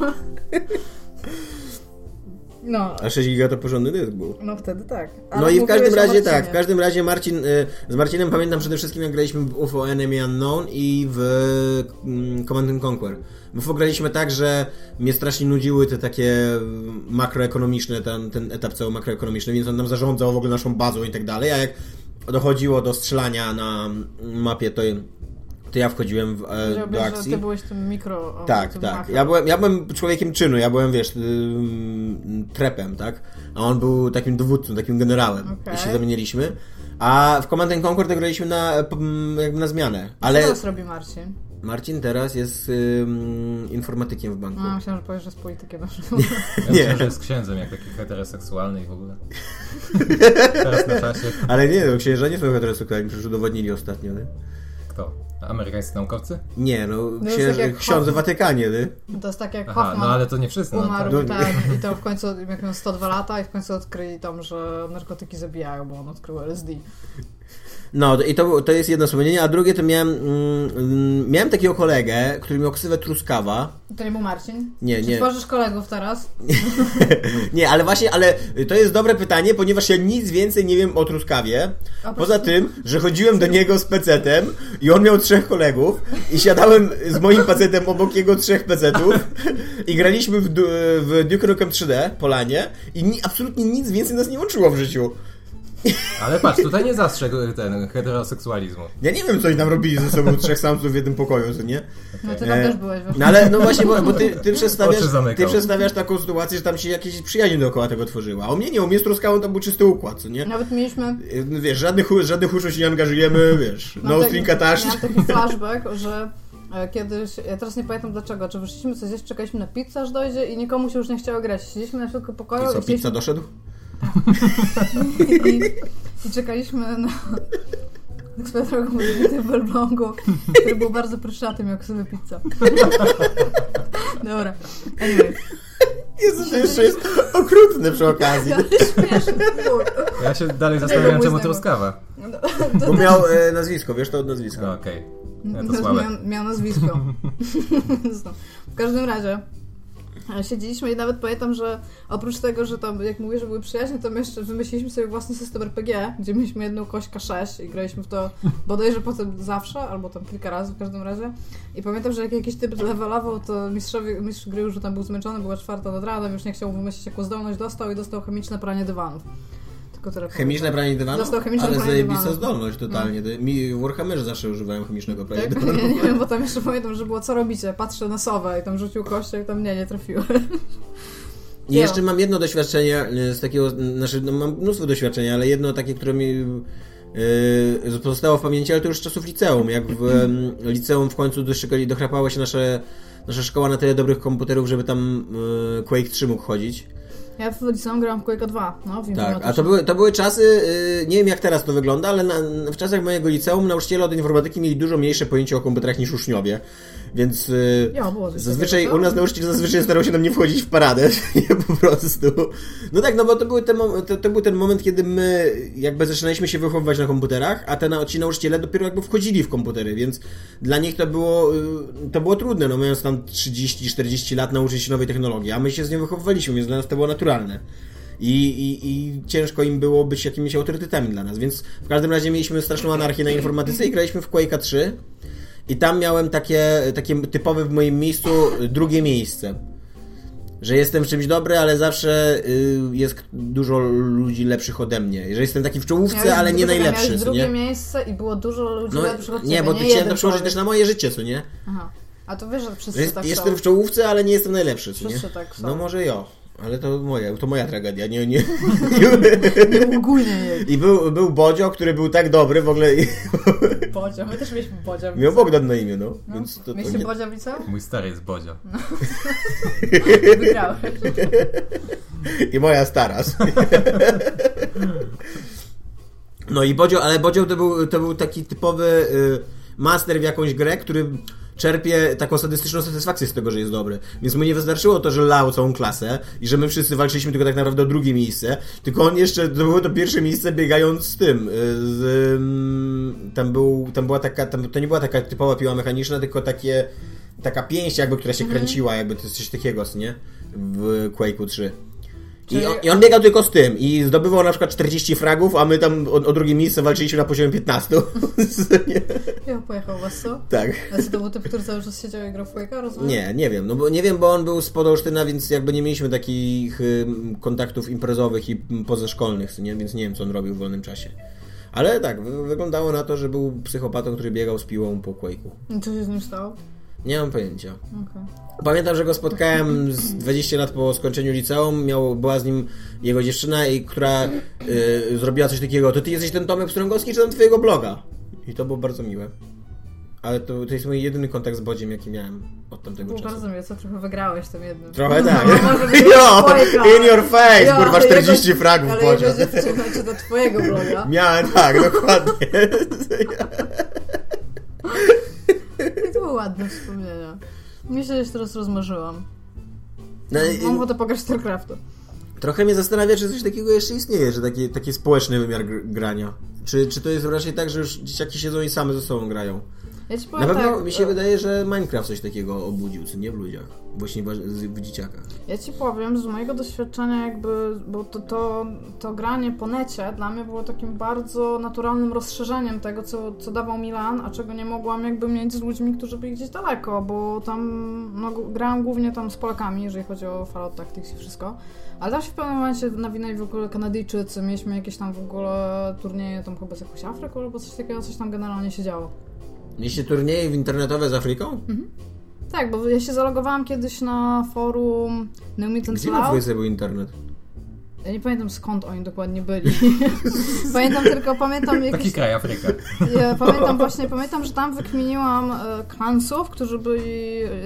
No. A sześć giga to porządny dysk był. No wtedy tak. Ale No i w mówiłeś każdym o razie Marcinie. tak, w każdym razie Marcin, y, z Marcinem pamiętam przede wszystkim jak graliśmy w U F O Enemy Unknown i w mm, Command and Conquer. W U F O graliśmy tak, że mnie strasznie nudziły te takie makroekonomiczne, ten, ten etap cały makroekonomiczny, więc on nam zarządzał w ogóle naszą bazą i tak dalej, a jak dochodziło do strzelania na mapie, to, to ja wchodziłem w, e, Że do akcji. Że ty byłeś tym mikro... o, Tak, tym tak. makro. Ja byłem, ja byłem człowiekiem czynu, ja byłem, wiesz, ym, trepem, tak? A on był takim dowódcą, takim generałem. Okej. I się zamieniliśmy. A w Command and Conquer to graliśmy na, m, jakby na zmianę. Co Ale teraz robi Marcin? Marcin teraz jest ym, informatykiem w banku. No, myślałam, że powiesz, że z politykiem. Ja Nie. myślę, że jest księdzem, jak taki heteroseksualny i w ogóle. Teraz na czasie. Ale nie, no księża nie są heteroseksualni, przecież udowodnili ostatnio, nie? Kto? Amerykańscy naukowcy? Nie, no, No jest księż, tak jak ksiądz w Hoffman. Watykanie, nie? To jest tak jak Aha, Hoffman no ale to nie wszyscy. No, umarł tak. No, ten, i to w końcu, jak miał sto dwa lata i w końcu odkryli tam, że narkotyki zabijają, bo on odkrył L S D. No i to, to jest jedno wspomnienie, a drugie to miałem mm, miałem takiego kolegę, który miał ksywę Truskawa. To nie był Marcin? Nie, Czy nie. tworzysz kolegów teraz? Nie, ale właśnie, ale to jest dobre pytanie, ponieważ ja nic więcej nie wiem o Truskawie. Oprócz- Poza tym, że chodziłem do niego z pecetem i on miał trzech kolegów i siadałem z moim pecetem obok jego trzech pecetów i graliśmy w, du- w Duke Nukem trzy D po lanie i ni- absolutnie nic więcej nas nie łączyło w życiu. Ale patrz, tutaj nie zastrzegł ten heteroseksualizmu. Ja nie wiem, co oni tam robili ze sobą trzech samców w jednym pokoju, co nie? No ty tam E, też byłeś. Wiesz? No ale no właśnie, bo, bo ty, ty, przedstawiasz, Oczy zamykał. ty przedstawiasz taką sytuację, że tam się jakieś przyjaźń dookoła tego tworzyła. A u mnie nie, u mnie z Truskawą to był czysty układ, co nie? Nawet mieliśmy... Wiesz, żadnych, żadnych uszu się nie angażujemy, wiesz, no taki- string attached. Miałam taki flashback, że e, kiedyś, ja teraz nie pamiętam dlaczego, czy wyszliśmy coś zjeść, czekaliśmy na pizzę aż dojdzie i nikomu się już nie chciało grać. Siedzieliśmy na środku pokoju I co, siedzieliśmy- pizza doszedł? I, i czekaliśmy na tak swoją drogą w Elblągu, który był bardzo pryszaty, miał ksywę pizza. Dobra. Anyway. Jezu, to jeszcze jest okrutne przy okazji. Ale śmieszny chuj. Ja się dalej zastanawiam, mój czemu znajomy. Truskawa. Bo miał e, nazwisko, wiesz to od nazwiska. No, okej. Ja to Miał, słabe. miał nazwisko. W każdym razie e, siedzieliśmy i nawet pamiętam, że oprócz tego, że tam, jak mówię, że były przyjaźnie, to my jeszcze wymyśliliśmy sobie własny system R P G, gdzie mieliśmy jedną kość K sześć i graliśmy w to bodajże potem zawsze, albo tam kilka razy w każdym razie. I pamiętam, że jak jakiś typ levelował, to mistrzowi, mistrz gry już tam był zmęczony, była czwarta nad ranem, już nie chciał wymyślić, jaką zdolność dostał i dostał chemiczne pranie dywanów. Tylko tyle Chemiczne pranie dywanu? Dostał chemiczne Ale pranie zajebista dywanu. zdolność totalnie. No. Mi w Warhammerze zawsze używają chemicznego prania Tak? dywanu. Ja nie wiem, bo tam jeszcze pamiętam, że było co robicie, patrzę na sowę i tam rzucił kością i tam nie, nie trafiłem. I jeszcze mam jedno doświadczenie z takiego, znaczy no mam mnóstwo doświadczenia, ale jedno takie, które mi yy, pozostało w pamięci, ale to już z czasów liceum, jak w yy, liceum w końcu doszukali, dochrapała się nasze, nasza szkoła na tyle dobrych komputerów, żeby tam yy, Quake trzy mógł chodzić. Ja w liceum grałam w Quake'a dwa, no, w Tak, a to były, to były czasy, yy, nie wiem jak teraz to wygląda, ale na, w czasach mojego liceum nauczyciele od informatyki mieli dużo mniejsze pojęcie o komputerach niż uczniowie. Więc ja, było coś zazwyczaj takiego, u nas nauczyciel zazwyczaj starał się nam nie wchodzić w paradę, nie po prostu. No tak, no bo to był, ten, to, to był ten moment, kiedy my jakby zaczynaliśmy się wychowywać na komputerach, a te, ci nauczyciele dopiero jakby wchodzili w komputery, więc dla nich to było, to było trudne, no mając tam trzydzieści czterdzieści lat nauczyć się nowej technologii, a my się z nią wychowywaliśmy, więc dla nas to było naturalne. I, i, I ciężko im było być jakimiś autorytetami dla nas, więc w każdym razie mieliśmy straszną anarchię na informatyce i graliśmy w Quake'a trzy i tam miałem takie, takie typowe w moim miejscu drugie miejsce. Że jestem w czymś dobry, ale zawsze y, jest dużo ludzi lepszych ode mnie. Że jestem taki w czołówce, ja ale nie najlepszy. Miałeś drugie nie? miejsce i było dużo ludzi no, lepszych od nie, ciebie. bo nie, ty chciałem to przełożyć człowiek. też na moje życie, co nie? Aha. A to wiesz, że wszyscy Jest, tak jestem są. w czołówce, ale nie jestem najlepszy, co nie? Wszyscy tak są. No może ja. Ale to moja, to moja tragedia, nie, nie. nie ogólnie nie. I był, był Bodzio, który był tak dobry w ogóle. Bodzio, my też mieliśmy Bodzia. Miał Bogdan na imię, no. no. Więc to, to Mieliście nie... Bodzia w liceum? Mój stary jest Bodzio. No. Wygrałeś. I moja stara. No i Bodzio, ale Bodzio to był, to był taki typowy y, master w jakąś grę, który czerpie taką sadystyczną satysfakcję z tego, że jest dobry. Więc mu nie wystarczyło to, że lał całą klasę i że my wszyscy walczyliśmy tylko tak naprawdę o drugie miejsce, tylko on jeszcze, to było to pierwsze miejsce biegając z tym. Z, tam, był, tam była taka, tam, to nie była taka typowa piła mechaniczna, tylko takie, taka pięść jakby, która się mhm. kręciła, jakby to jest coś takiego, nie? W Quake'u trzy. I on, I on biegał tylko z tym i zdobywał na przykład czterdzieści fragów, a my tam o, o drugie miejsce walczyliśmy na poziomie piętnaście. Ja pojechał was, co? Tak. A co to był typ, który cały czas siedział i grał w Quake'a, rozumiem? Nie, nie wiem, no bo nie wiem, bo on był z Podolsztyna, więc jakby nie mieliśmy takich y, kontaktów imprezowych i pozaszkolnych, nie? Więc nie wiem, co on robił w wolnym czasie. Ale tak, wy, wyglądało na to, że był psychopatą, który biegał z piłą po Quake'u. I co się z nim stało? Nie mam pojęcia. Okay. Pamiętam, że go spotkałem z dwadzieścia lat po skończeniu liceum, miał, była z nim jego dziewczyna, i która y, zrobiła coś takiego: to ty jesteś ten Tomek Pstrągowski, czy tam twojego bloga? I to było bardzo miłe. Ale to, to jest mój jedyny kontakt z Bodziem, jaki miałem od tamtego było czasu. Bardzo miłe, co trochę wygrałeś tym jednym. Trochę tak. No, jo, in your face, jo, kurwa, czterdzieści jego, fragów ale Bodzia. Ale będzie wciągnąć do twojego bloga. Miałem, tak, dokładnie. I to były ładne wspomnienia. Myślę, że się teraz rozmarzyłam. No, mam ochotę pograć StarCraftu. Trochę mnie zastanawia, czy coś takiego jeszcze istnieje, że taki, taki społeczny wymiar gr- grania. Czy, czy to jest raczej tak, że już dzieciaki siedzą i same ze sobą grają? Ja ci powiem Na pewno tak, mi się wydaje, że Minecraft coś takiego obudził, co nie w ludziach. Właśnie w dzieciakach. Ja ci powiem, z mojego doświadczenia jakby, bo to, to, to granie po necie dla mnie było takim bardzo naturalnym rozszerzeniem tego, co, co dawał mi LAN, a czego nie mogłam jakby mieć z ludźmi, którzy byli gdzieś daleko, bo tam no, grałam głównie tam z Polakami, jeżeli chodzi o Fallout Tactics i wszystko. Ale tam się w pewnym momencie nawinęli w ogóle Kanadyjczycy, mieliśmy jakieś tam w ogóle turnieje tam chyba z jakąś Afryką albo coś takiego, coś tam generalnie się działo. Mieliście turnieje internetowe z Afryką? Mhm. Tak, bo ja się zalogowałam kiedyś na forum No Mutant Gdzie Cloud. Gdzie był internet? Ja nie pamiętam, skąd oni dokładnie byli. Pamiętam tylko, pamiętam jakiś... Taki kraj, Afryka. Ja pamiętam właśnie, pamiętam, że tam wykminiłam e, klansów, którzy byli e,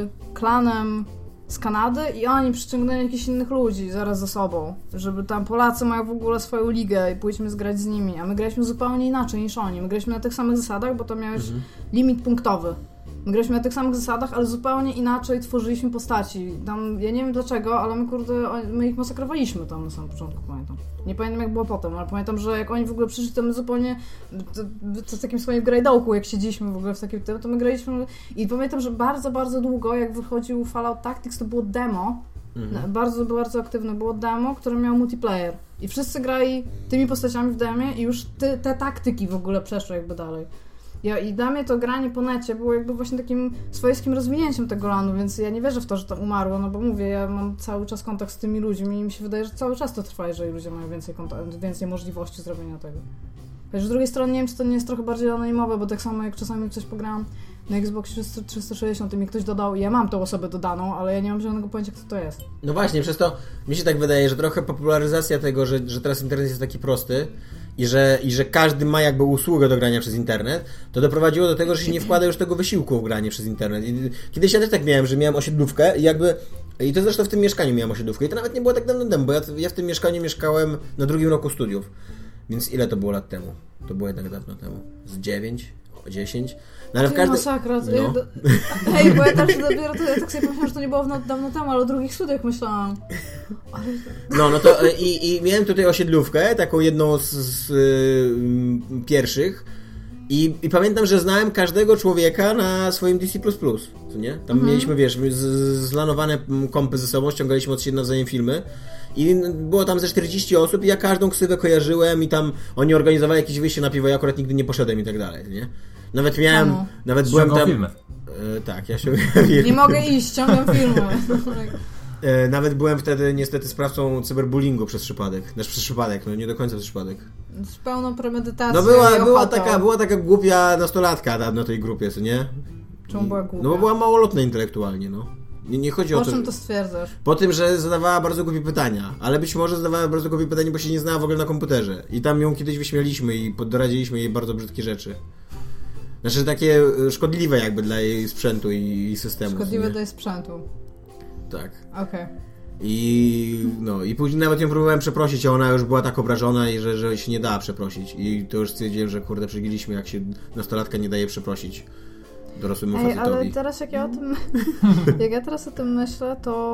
klanem z Kanady i oni przyciągnęli jakichś innych ludzi zaraz za sobą, żeby tam Polacy mają w ogóle swoją ligę i pójdźmy zgrać z nimi, a my graliśmy zupełnie inaczej niż oni. My graliśmy na tych samych zasadach, bo to miałeś mhm. limit punktowy. My graliśmy na tych samych zasadach, ale zupełnie inaczej tworzyliśmy postaci. Tam, ja nie wiem dlaczego, ale my kurde, my ich masakrowaliśmy tam na samym początku, pamiętam. Nie pamiętam jak było potem, ale pamiętam, że jak oni w ogóle przyszli, to my zupełnie to, to w takim swoim grajdołku, jak siedzieliśmy w ogóle w takim tym, to my graliśmy i pamiętam, że bardzo, bardzo długo, jak wychodził Fallout Tactics, to było demo, mhm. bardzo, bardzo aktywne, było demo, które miało multiplayer i wszyscy grali tymi postaciami w demie i już ty, te taktyki w ogóle przeszły jakby dalej. Ja, I dla mnie to granie po necie było jakby właśnie takim swojskim rozwinięciem tego lanu, więc ja nie wierzę w to, że to umarło, no bo mówię, ja mam cały czas kontakt z tymi ludźmi i mi się wydaje, że cały czas to trwa, jeżeli ludzie mają więcej, kontakt, więcej możliwości zrobienia tego. Chociaż z drugiej strony nie wiem, czy to nie jest trochę bardziej anonimowe, bo tak samo jak czasami coś pograłam na Xbox trzysta sześćdziesiąt i mi ktoś dodał i ja mam tą osobę dodaną, ale ja nie mam żadnego pojęcia, kto to jest. No właśnie, przez to mi się tak wydaje, że trochę popularyzacja tego, że, że teraz internet jest taki prosty, I że, I że każdy ma jakby usługę do grania przez internet, to doprowadziło do tego, że się nie wkłada już tego wysiłku w granie przez internet. I kiedyś ja też tak miałem, że miałem osiedlówkę i jakby... I to zresztą w tym mieszkaniu miałem osiedlówkę. I to nawet nie było tak dawno temu, bo ja, ja w tym mieszkaniu mieszkałem na drugim roku studiów. Więc ile to było lat temu? To było jednak dawno temu. Z dziewięć, dziesięć. No ale w Ty, każdym... masakra. No. Ja do... Ej, bo ja też dopiero to, ja tak sobie pomyślałam, że to nie było dawno temu, ale o drugich studiach myślałam. Ale... No, no to i, i miałem tutaj osiedlówkę, taką jedną z, z y, pierwszych i, i pamiętam, że znałem każdego człowieka na swoim D C plus plus, co nie? Tam mhm. mieliśmy, wiesz, z, zlanowane kompy ze sobą, ściągaliśmy od siebie nawzajem filmy i było tam ze czterdzieści osób i ja każdą ksywę kojarzyłem i tam oni organizowali jakieś wyjście na piwo, ja akurat nigdy nie poszedłem i tak dalej, nie? Nawet miałem, Czemu? nawet byłem tam... filmy. E, tak, ja się filmy. Nie mogę iść, ściągam filmy. E, nawet byłem wtedy niestety sprawcą cyberbullyingu przez przypadek. Znaczy przez przypadek, no nie do końca przez przypadek. Z pełną premedytacją. No była, była, taka, była taka głupia nastolatka na, na tej grupie, co nie? Czemu była głupia? No bo była małolotna intelektualnie, no. Nie, nie chodzi o to... Po czym to stwierdzasz? Po tym, że zadawała bardzo głupie pytania, ale być może zadawała bardzo głupie pytania, bo się nie znała w ogóle na komputerze. I tam ją kiedyś wyśmialiśmy i doradziliśmy jej bardzo brzydkie rzeczy. Znaczy takie szkodliwe jakby dla jej sprzętu i systemu. Szkodliwe nie? dla jej sprzętu. Tak. Okej. Okay. I no i później nawet ją próbowałem przeprosić, a ona już była tak obrażona, i że, że się nie dała przeprosić. I to już stwierdziłem, że kurde, przegięliśmy, jak się nastolatka nie daje przeprosić dorosłemu Ej, facetowi. ale teraz jak ja o tym jak ja teraz o tym myślę,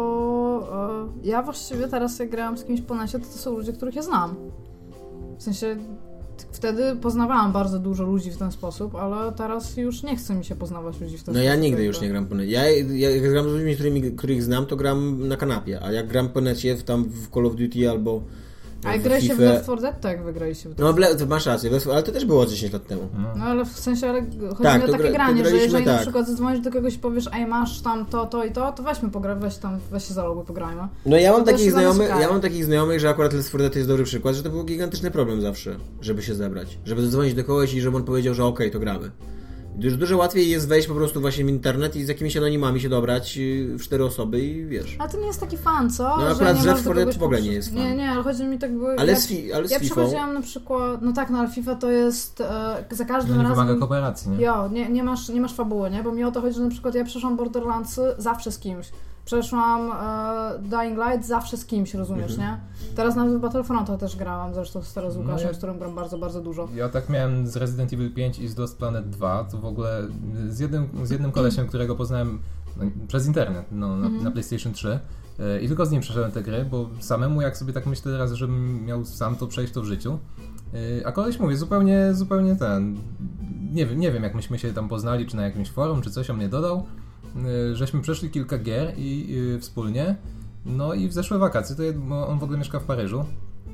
to uh, ja właściwie teraz jak grałam z kimś po necie, to to są ludzie, których ja znam. W sensie wtedy poznawałam bardzo dużo ludzi w ten sposób, ale teraz już nie chce mi się poznawać ludzi w ten no sposób. No ja nigdy już nie gram po necie. Ja, ja jak gram z ludźmi, którymi, których znam, to gram na kanapie, a jak gram po necie w, tam w Call of Duty albo A jak graliście w Left four Dead, to jak wygraliście? No w, masz rację, ale to też było dziesięć lat temu. No ale w sensie, ale chodzi tak, mi o takie gra, granie, że jeżeli tak. na przykład zadzwonisz do kogoś i powiesz, ej masz tam to, to i to, to weźmy pograć, weź tam, weź się zaloguj, pograjmy. No ja mam, to takich znajomych, ja mam takich znajomych, że akurat Left four Dead to jest dobry przykład, że to był gigantyczny problem zawsze, żeby się zebrać. Żeby zadzwonić do kogoś i żeby on powiedział, że okej, okay, to gramy. Już dużo łatwiej jest wejść po prostu właśnie w internet i z jakimiś anonimami się dobrać w cztery osoby i wiesz. Ale to nie jest taki fan, co? No akurat z Left four Dead w ogóle nie jest fan. Nie, nie, ale chodzi mi tak... By, ale jak, z, fi, ale z ja FIFA. przechodziłam na przykład... No tak, no ale FIFA to jest e, za każdym no nie razem... wymaga kooperacji, nie? Jo, nie, nie, masz, nie masz fabuły, nie? Bo mi o to chodzi, że na przykład ja przeszłam Borderlandsy zawsze z kimś. Przeszłam e, Dying Light zawsze z kimś, rozumiesz, mhm. nie? Teraz nawet w Battlefronta też grałam, zresztą teraz z Łukaszem, no ja, z którym gram bardzo, bardzo dużo. Ja tak miałem z Resident Evil pięć i z Lost Planet dwa, to w ogóle z jednym, z jednym kolesiem, którego poznałem no, przez internet, no, na, mhm. na PlayStation trzy e, i tylko z nim przeszedłem te gry, bo samemu jak sobie tak myślę teraz, żebym miał sam to przejść to w życiu, e, a koleś mówię, zupełnie, zupełnie ten, nie wiem, nie wiem jak myśmy się tam poznali, czy na jakimś forum, czy coś on mnie dodał, żeśmy przeszli kilka gier i, i wspólnie, no i w zeszłe wakacje, to ja, on w ogóle mieszka w Paryżu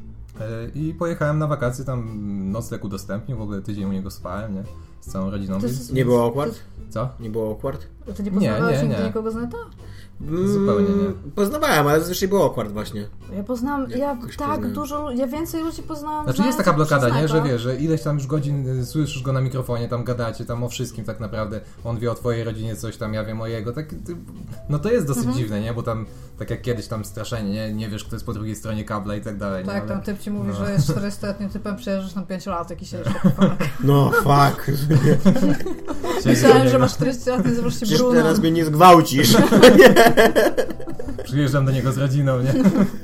i pojechałem na wakacje, tam nocleg udostępnił, w ogóle tydzień u niego spałem, nie? Z całą rodziną. To więc, nie było awkward? Co? Nie było awkward? To nie poznawałeś nie, nie, nigdy nie. nikogo z neta? Zupełnie nie. Poznawałem, ale zazwyczaj było awkward właśnie. Ja poznałam, ja Jakoś tak poznałem. dużo, ja więcej ludzi poznałam. Znaczy jest taka blokada, nie? Że wiesz, wiesz, że ileś tam już godzin słyszysz go na mikrofonie, tam gadacie, tam o wszystkim tak naprawdę. On wie o twojej rodzinie coś tam, ja wiem o jego. Tak, no to jest dosyć mhm. dziwne, nie? Bo tam, tak jak kiedyś tam straszenie, nie? Nie wiesz, kto jest po drugiej stronie kabla i tak dalej. Tak, nie? Ale, tam typ ci mówi, no. że jest czterystuletnim typem, przyjeżdżasz na pięć lat i siedzisz tak. No fuck. Myślałem, że masz czterdzieści lat i zobaczcie Przecież Bruno. teraz mnie nie zgwałcisz. Przyjeżdżam do niego z rodziną, nie?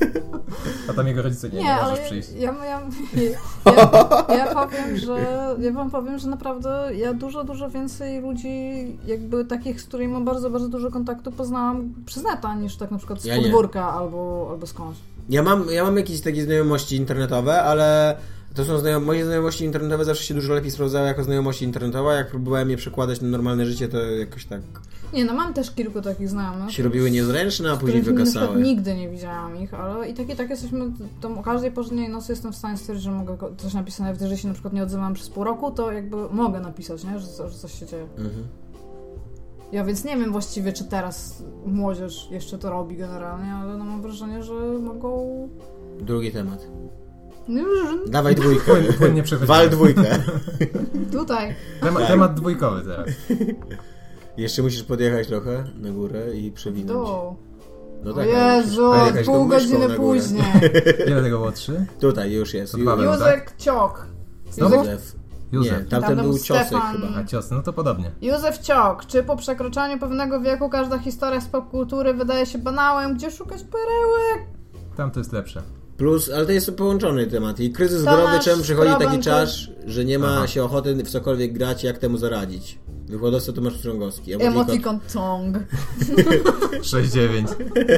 A tam jego rodzice nie, nie, nie możesz przyjść. Ja, ja, ja, ja powiem, że ja wam powiem, że naprawdę ja dużo, dużo więcej ludzi jakby takich, z którymi mam bardzo, bardzo dużo kontaktu poznałam przez neta, niż tak na przykład z ja podwórka albo, albo skądś. Ja mam, ja mam jakieś takie znajomości internetowe, ale to są znajom- moje znajomości internetowe zawsze się dużo lepiej sprawdzały jako znajomości internetowe, jak próbowałem je przekładać na normalne życie, to jakoś tak Nie, no mam też kilku takich znajomych. się robiły niezręczne, a później wygasały. Na przykład wygasały. nigdy nie widziałam ich, ale i tak i tak jesteśmy, tam o każdej porze dnia i nocy jestem w stanie stwierdzić, że mogę coś napisać, nawet jeżeli się na przykład nie odzywam przez pół roku, to jakby mogę napisać, nie? Że, że coś się dzieje. Mhm. Ja więc nie wiem właściwie, czy teraz młodzież jeszcze to robi generalnie, ale no mam wrażenie, że mogą... Drugi temat. No, Dawaj dwójkę. Płynnie przechodzimy. Wal dwójkę. tutaj. Temat, temat dwójkowy teraz. Jeszcze musisz podjechać trochę na górę i przewinąć. Do. No O tak, Jezu, ale musisz pół tą myszką godziny na górę. później. Ile tego było? Trzy? Tutaj już jest. To dwa Ju- będą, Józek Ciok. Znowu? Józef. Józef. Nie, tamten Tam był był Ciosek Stefan. chyba. A cios, no to podobnie. Józef Ciok. Czy po przekroczeniu pewnego wieku każda historia z popkultury wydaje się banałem? Gdzie szukać perełek? Tam to jest lepsze. Plus, ale to jest połączony temat. I kryzys Tomasz growy, czemu przychodzi taki Skroban, czas, że nie ma Aha. się ochoty w cokolwiek grać, jak temu zaradzić. Wykładowca Tomasz Strągowski. Emotikon. Emoticon Tong. sześć dziewięć.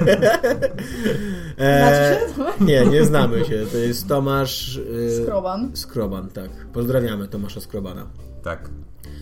Eee, Znaczy się? nie, nie znamy się. To jest Tomasz... Yy, Skroban. Skroban, tak. Pozdrawiamy Tomasza Skrobana. Tak.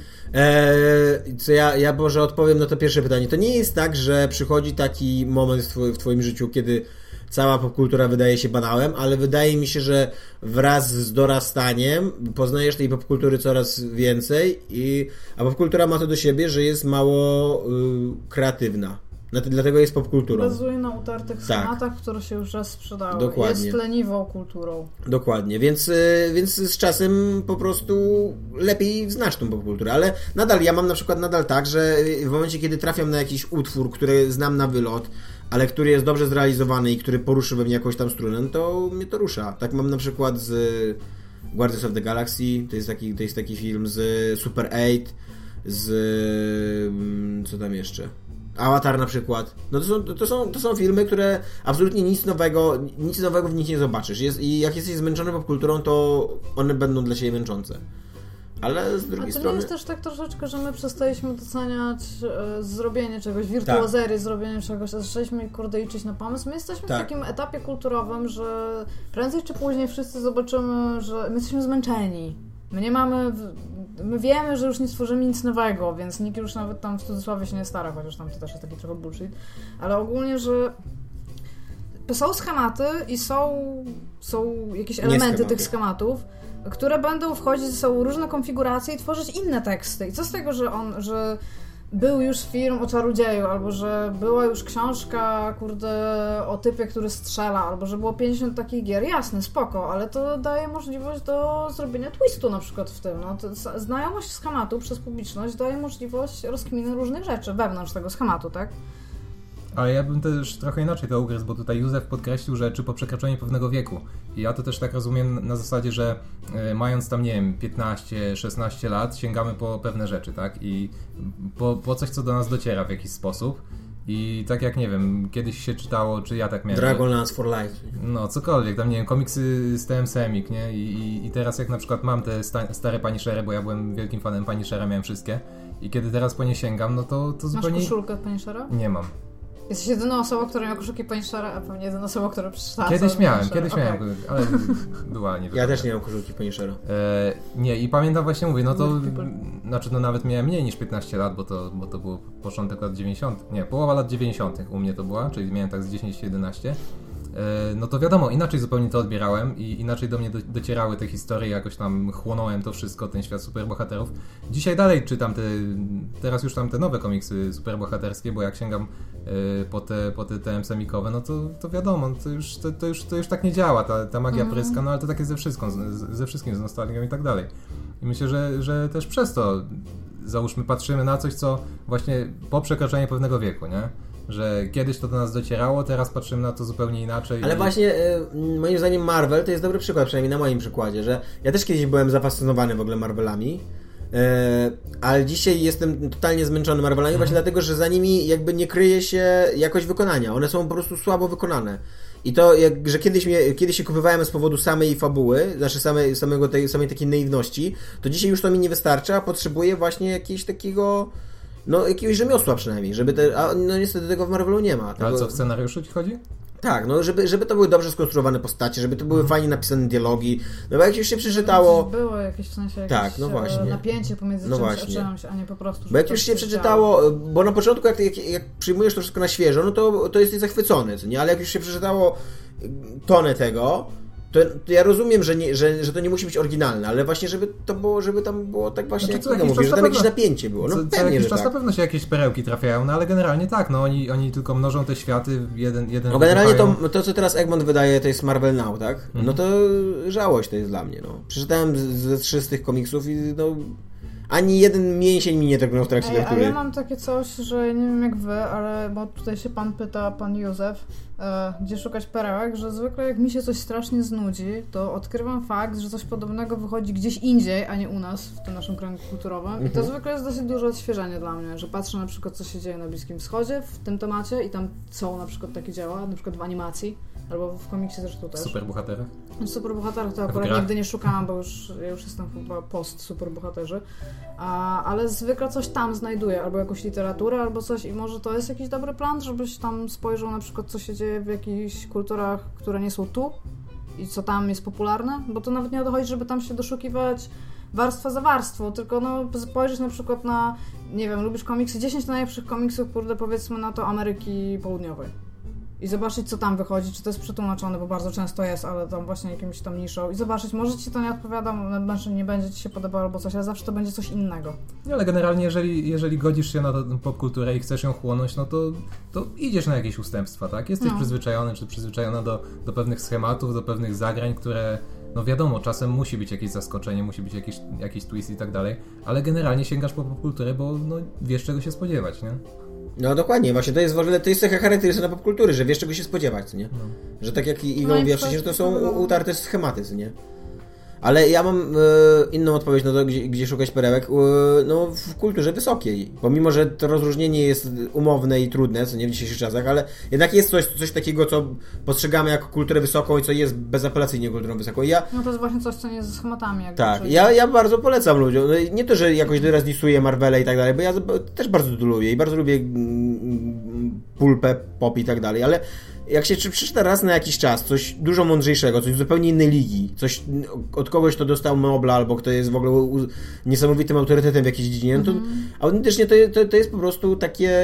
Eee, co ja, ja może odpowiem na to pierwsze pytanie. To nie jest tak, że przychodzi taki moment w, twoi, w twoim życiu, kiedy cała popkultura wydaje się banałem, ale wydaje mi się, że wraz z dorastaniem poznajesz tej popkultury coraz więcej, i, a popkultura ma to do siebie, że jest mało y, kreatywna. Dlatego jest popkulturą. Bazuje na utartych schematach, tak. które się już raz sprzedały. Dokładnie. Jest leniwą kulturą. Dokładnie, więc, więc z czasem po prostu lepiej znać tą popkulturę, ale nadal, ja mam na przykład nadal tak, że w momencie, kiedy trafiam na jakiś utwór, który znam na wylot, ale który jest dobrze zrealizowany i który poruszy we mnie jakąś tam strunę, no to mnie to rusza. Tak mam na przykład z Guardians of the Galaxy, to jest taki, to jest taki film, z Super osiem, z... co tam jeszcze... Avatar na przykład. No to są, to, są, to są filmy, które absolutnie nic nowego, nic nowego w nich nie zobaczysz. Jest, i jak jesteś zmęczony popkulturą, to one będą dla ciebie męczące. Ale z drugiej A to strony... nie jest też tak troszeczkę, że my przestaliśmy doceniać e, zrobienie czegoś, wirtuozerię, tak. zrobienie czegoś, a zaczęliśmy, kurde, liczyć na pomysł. My jesteśmy tak. w takim etapie kulturowym, że prędzej czy później wszyscy zobaczymy, że my jesteśmy zmęczeni. My nie mamy... My wiemy, że już nie stworzymy nic nowego, więc nikt już nawet tam w cudzysłowie się nie stara, chociaż tam to też jest taki trochę bullshit. Ale ogólnie, że są schematy i są, są jakieś elementy tych schematów, które będą wchodzić, są różne konfiguracje i tworzyć inne teksty. I co z tego, że on, że był już film o czarodzieju, albo że była już książka, kurde, o typie, który strzela, albo że było pięćdziesiąt takich gier. Jasne, spoko, ale to daje możliwość do zrobienia twistu na przykład w tym. No, to znajomość schematu przez publiczność daje możliwość rozkminy różnych rzeczy wewnątrz tego schematu, tak? Ale ja bym też trochę inaczej to ugryzł, bo tutaj Józef podkreślił, że czy po przekroczeniu pewnego wieku. I ja to też tak rozumiem na zasadzie, że y, mając tam, nie wiem, piętnaście szesnaście lat, sięgamy po pewne rzeczy, tak? I po, po coś, co do nas dociera w jakiś sposób. I tak jak, nie wiem, kiedyś się czytało, czy ja tak miałem... Dragonlance for Life. No, cokolwiek, tam, nie wiem, komiksy z T M Semik, nie? I, i, I teraz jak na przykład mam te sta, stare Punishery, bo ja byłem wielkim fanem Punishera, miałem wszystkie. I kiedy teraz po nie sięgam, no to, to zupełnie... Masz koszulkę Punishera? Nie mam. Jesteś jedyną osobą, która miała koszulki Punishera, a pewnie jedyną osobą, która przeczytała. Kiedyś miałem, Punishera. kiedyś okay. miałem, ale była nie Ja też nie mam koszulki Punishera. E, nie, i pamiętam właśnie, mówię, no to, znaczy no nawet miałem mniej niż piętnaście lat, bo to, bo to było początek lat dziewięćdziesiątych, nie, połowa lat dziewięćdziesiątych u mnie to była, czyli miałem tak z dziesięć jedenaście. No to wiadomo, inaczej zupełnie to odbierałem i inaczej do mnie do, docierały te historie, jakoś tam chłonąłem to wszystko, ten świat superbohaterów. Dzisiaj dalej czytam te, teraz już tam te nowe komiksy superbohaterskie, bo jak sięgam y, po te, po te T M semikowe, no to, to wiadomo, to już, to, to, już, to już tak nie działa, ta, ta magia mm. pryska, no ale to tak jest ze wszystkim, z, ze wszystkim, z nostalgią i tak dalej. I myślę, że, że też przez to, załóżmy, patrzymy na coś, co właśnie po przekroczeniu pewnego wieku, nie? Że kiedyś to do nas docierało, teraz patrzymy na to zupełnie inaczej. Ale i... właśnie y, moim zdaniem Marvel to jest dobry przykład, przynajmniej na moim przykładzie, że ja też kiedyś byłem zafascynowany w ogóle Marvelami, y, ale dzisiaj jestem totalnie zmęczony Marvelami mm. właśnie dlatego, że za nimi jakby nie kryje się jakość wykonania. One są po prostu słabo wykonane. I to, jak, że kiedyś, mnie, kiedyś się kupowałem z powodu samej fabuły, znaczy samej, samego tej, samej takiej naiwności, to dzisiaj już to mi nie wystarcza, a potrzebuję właśnie jakiegoś takiego... No, jakiegoś rzemiosła przynajmniej, żeby te... A no niestety tego w Marvelu nie ma. Tego... Ale co, w scenariuszu ci chodzi? Tak, no żeby, żeby to były dobrze skonstruowane postacie, żeby to były hmm. fajnie napisane dialogi. No bo jak już się przeczytało... Było jakieś w sensie jakieś tak, no właśnie. napięcie pomiędzy no czymś właśnie. a czymś, a nie po prostu... Bo jak już się przeczytało, działo. Bo na początku jak, jak, jak przyjmujesz to wszystko na świeżo, no to, to jesteś zachwycony, co nie? Ale jak już się przeczytało tonę tego... To, to ja rozumiem, że, nie, że, że to nie musi być oryginalne, ale właśnie, żeby to było, żeby tam było tak właśnie, znaczy, jak mówię, że tam jakieś napięcie było. No co, pewnie, co jakiś że czas tak. na pewno się jakieś perełki trafiają, no ale generalnie tak, no oni, oni tylko mnożą te światy, jeden, jeden no generalnie to, wybuchają. to, co teraz Egmont wydaje, to jest Marvel Now, tak? Mhm. No to żałość to jest dla mnie, no. Przeczytałem ze trzy z tych komiksów i no... Ani jeden mięsień mi nie drgnął w trakcie Ej, lektury. A ja mam takie coś, że nie wiem jak wy, ale bo tutaj się pan pyta, pan Józef, e, gdzie szukać perełek, że zwykle jak mi się coś strasznie znudzi, to odkrywam fakt, że coś podobnego wychodzi gdzieś indziej, a nie u nas, w tym naszym kręgu kulturowym. Mhm. I to zwykle jest dosyć duże odświeżenie dla mnie, że patrzę na przykład, co się dzieje na Bliskim Wschodzie w tym temacie i tam są na przykład takie dzieła, na przykład w animacji, Albo w komiksie zresztą też. Superbohaterach? W superbohaterach to akurat nigdy nie szukałam, bo już, ja już jestem chyba post superbohaterzy. A, ale zwykle coś tam znajduję, albo jakąś literaturę, albo coś i może to jest jakiś dobry plan, żebyś tam spojrzał na przykład, co się dzieje w jakichś kulturach, które nie są tu i co tam jest popularne, bo to nawet nie dochodzi, żeby tam się doszukiwać warstwa za warstwą, tylko no spojrzeć na przykład na, nie wiem, lubisz komiksy, dziesięć najlepszych komiksów, kurde, powiedzmy na to Ameryki Południowej. I zobaczyć, co tam wychodzi, czy to jest przetłumaczone, bo bardzo często jest, ale tam właśnie jakimś tam niszą. I zobaczyć, może ci to nie odpowiada, znaczy nie będzie ci się podobało albo coś, ale zawsze to będzie coś innego. No, ale generalnie, jeżeli, jeżeli godzisz się na tę popkulturę i chcesz ją chłonąć, no to, to idziesz na jakieś ustępstwa, tak? Jesteś no. przyzwyczajony, czy przyzwyczajona do, do pewnych schematów, do pewnych zagrań, które, no wiadomo, czasem musi być jakieś zaskoczenie, musi być jakiś, jakiś twist i tak dalej, ale generalnie sięgasz po popkulturę, bo no, wiesz, czego się spodziewać, nie? No dokładnie, właśnie to jest w ogóle, to jest cecha charakterystyczna popkultury, że wiesz czego się spodziewać, nie? No. Że tak jak Igo no mówiła wcześniej, że to są utarte schematy, nie? Ale ja mam e, inną odpowiedź na to, gdzie, gdzie szukać perełek, e, no w kulturze wysokiej. Pomimo, że to rozróżnienie jest umowne i trudne, co nie w dzisiejszych czasach, ale jednak jest coś, coś takiego, co postrzegamy jako kulturę wysoką i co jest bezapelacyjnie kulturą wysoką. Ja, no to jest właśnie coś, co nie ze schematami. Jak tak, ja, ja bardzo polecam ludziom. Nie to, że jakoś teraz disuję Marvela i tak dalej, bo ja też bardzo to lubię i bardzo lubię pulpę, pop i tak dalej, ale jak się przeczyta raz na jakiś czas coś dużo mądrzejszego, coś z zupełnie innej ligi, coś od kogoś, kto dostał Nobla albo kto jest w ogóle u, niesamowitym autorytetem w jakiejś dziedzinie, to mm-hmm. autentycznie to, to, to jest po prostu takie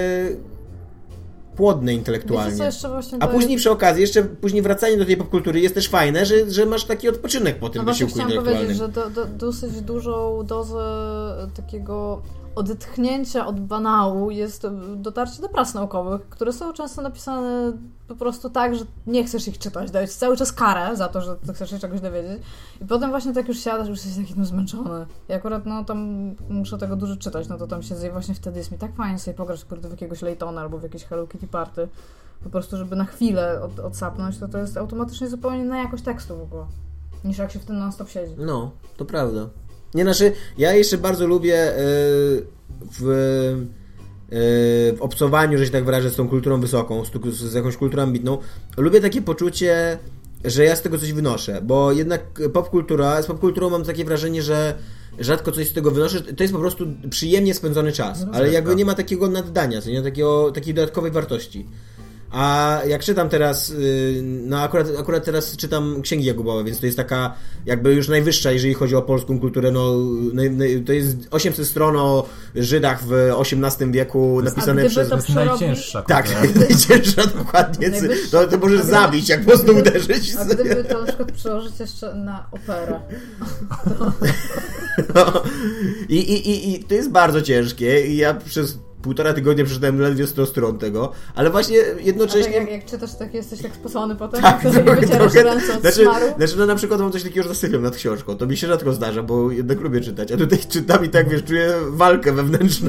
płodne intelektualnie. Co, jeszcze właśnie A później przy okazji, jeszcze później wracanie do tej popkultury jest też fajne, że, że masz taki odpoczynek po tym no wysiłku intelektualnym. Chciałam powiedzieć, że do, do, dosyć dużą dozę takiego odetchnięcia od banału jest dotarcie do prac naukowych, które są często napisane po prostu tak, że nie chcesz ich czytać, dają ci cały czas karę za to, że chcesz się czegoś dowiedzieć i potem właśnie tak już siadasz, już jesteś taki no zmęczony. I akurat no tam muszę tego dużo czytać, no to tam siedzę i właśnie wtedy jest mi tak fajnie sobie pograć kurde w jakiegoś Laytona albo w jakieś Hello Kitty Party, po prostu żeby na chwilę od, odsapnąć, to to jest automatycznie zupełnie inna jakość tekstu w ogóle, niż jak się w tym non-stop siedzi. No, to prawda. Nie, znaczy, ja jeszcze bardzo lubię yy, w, yy, w obcowaniu, że się tak wyrażę, z tą kulturą wysoką, z, z jakąś kulturą ambitną. Lubię takie poczucie, że ja z tego coś wynoszę, bo jednak popkultura, z popkulturą mam takie wrażenie, że rzadko coś z tego wynoszę, to jest po prostu przyjemnie spędzony czas, ale jakby nie ma takiego naddania, nie ma takiego, takiej dodatkowej wartości. A jak czytam teraz, no akurat, akurat teraz czytam Księgi Jakubowe, więc to jest taka jakby już najwyższa, jeżeli chodzi o polską kulturę, no to jest osiemset stron o Żydach w osiemnastym wieku napisane przez... To jest najcięższa. Tak, najcięższa dokładnie. To, to możesz gdyby... zabić, jak mocno uderzyć. A gdyby to na przykład przełożyć jeszcze na operę. To... No. I, i, i, I to jest bardzo ciężkie i ja przez półtora tygodnia przeczytałem ledwie sto stron tego, ale właśnie jednocześnie... A tak jak, jak czytasz, tak jesteś tak spocony potem, tak, to nie wycierasz ręce od znaczy, smaru. Znaczy, no na przykład mam coś takiego, że zasypiam nad książką. To mi się rzadko zdarza, bo jednak lubię czytać. A tutaj czytam i tak, wiesz, czuję walkę wewnętrzną.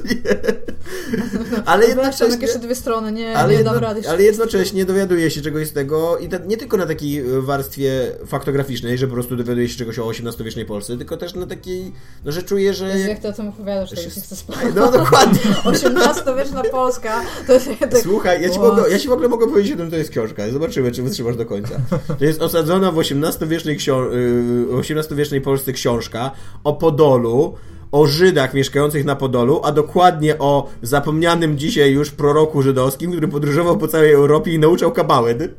Ale jednocześnie... Tam jeszcze dwie strony, nie, ale nie jedno, dam rady. Ale jednocześnie dowiaduję się czegoś z tego i ta, nie tylko na takiej warstwie faktograficznej, że po prostu dowiaduję się czegoś o osiemnastowiecznej Polsce, tylko też na takiej, no że czuję, że... Jak ty o tym opowiadasz, to się chce spać. No dokładnie. osiemnastowieczna Polska, to jest tak... Słuchaj, ja ci, mogę, ja ci w ogóle mogę powiedzieć, że to jest książka. Zobaczymy, czy wytrzymasz do końca. To jest osadzona w osiemnastowiecznej, ksio- osiemnastowiecznej Polsce książka o Podolu, o Żydach mieszkających na Podolu, a dokładnie o zapomnianym dzisiaj już proroku żydowskim, który podróżował po całej Europie i nauczał kabały.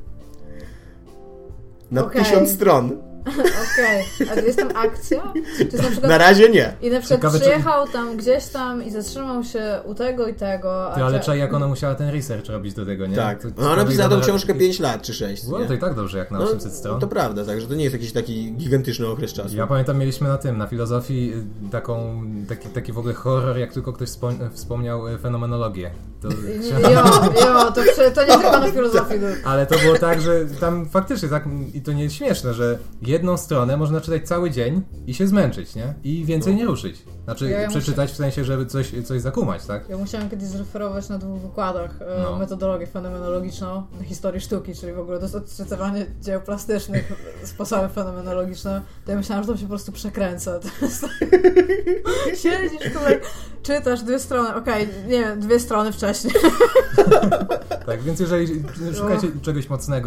Na okay. tysiąc stron. Okej, okay. A jest tam akcja? Czy jest na, przykład... na razie nie. I na przykład Ciekawe, przyjechał czy... tam gdzieś tam i zatrzymał się u tego i tego. Ty, ale czy... jak ona musiała ten research robić do tego, nie? Tak. To, to ona napisała tą książkę pięć lat czy sześć. No to i tak dobrze, jak na osiemset stron. No, to prawda, tak, że to nie jest jakiś taki gigantyczny okres czasu. Ja pamiętam, mieliśmy na tym, na filozofii taką, taki, taki w ogóle horror, jak tylko ktoś wspomniał fenomenologię. To... Jo, jo, to, to nie tylko na filozofii. Ale to było tak, że tam faktycznie, tak, i to nie jest śmieszne, że jedną stronę można czytać cały dzień i się zmęczyć, nie? I więcej no. nie ruszyć. Znaczy ja, ja przeczytać muszę... w sensie, żeby coś, coś zakumać, tak? Ja musiałam kiedyś zreferować na dwóch wykładach no. metodologię fenomenologiczną na historii sztuki, czyli w ogóle to jest odczytywanie dzieł plastycznych, sposoby fenomenologiczne. To ja myślałam, że to się po prostu przekręca. To jest tak... Siedzisz tutaj, czytasz dwie strony, okej, okay, nie wiem, dwie strony wcześniej. Tak, więc jeżeli szukacie czegoś mocnego,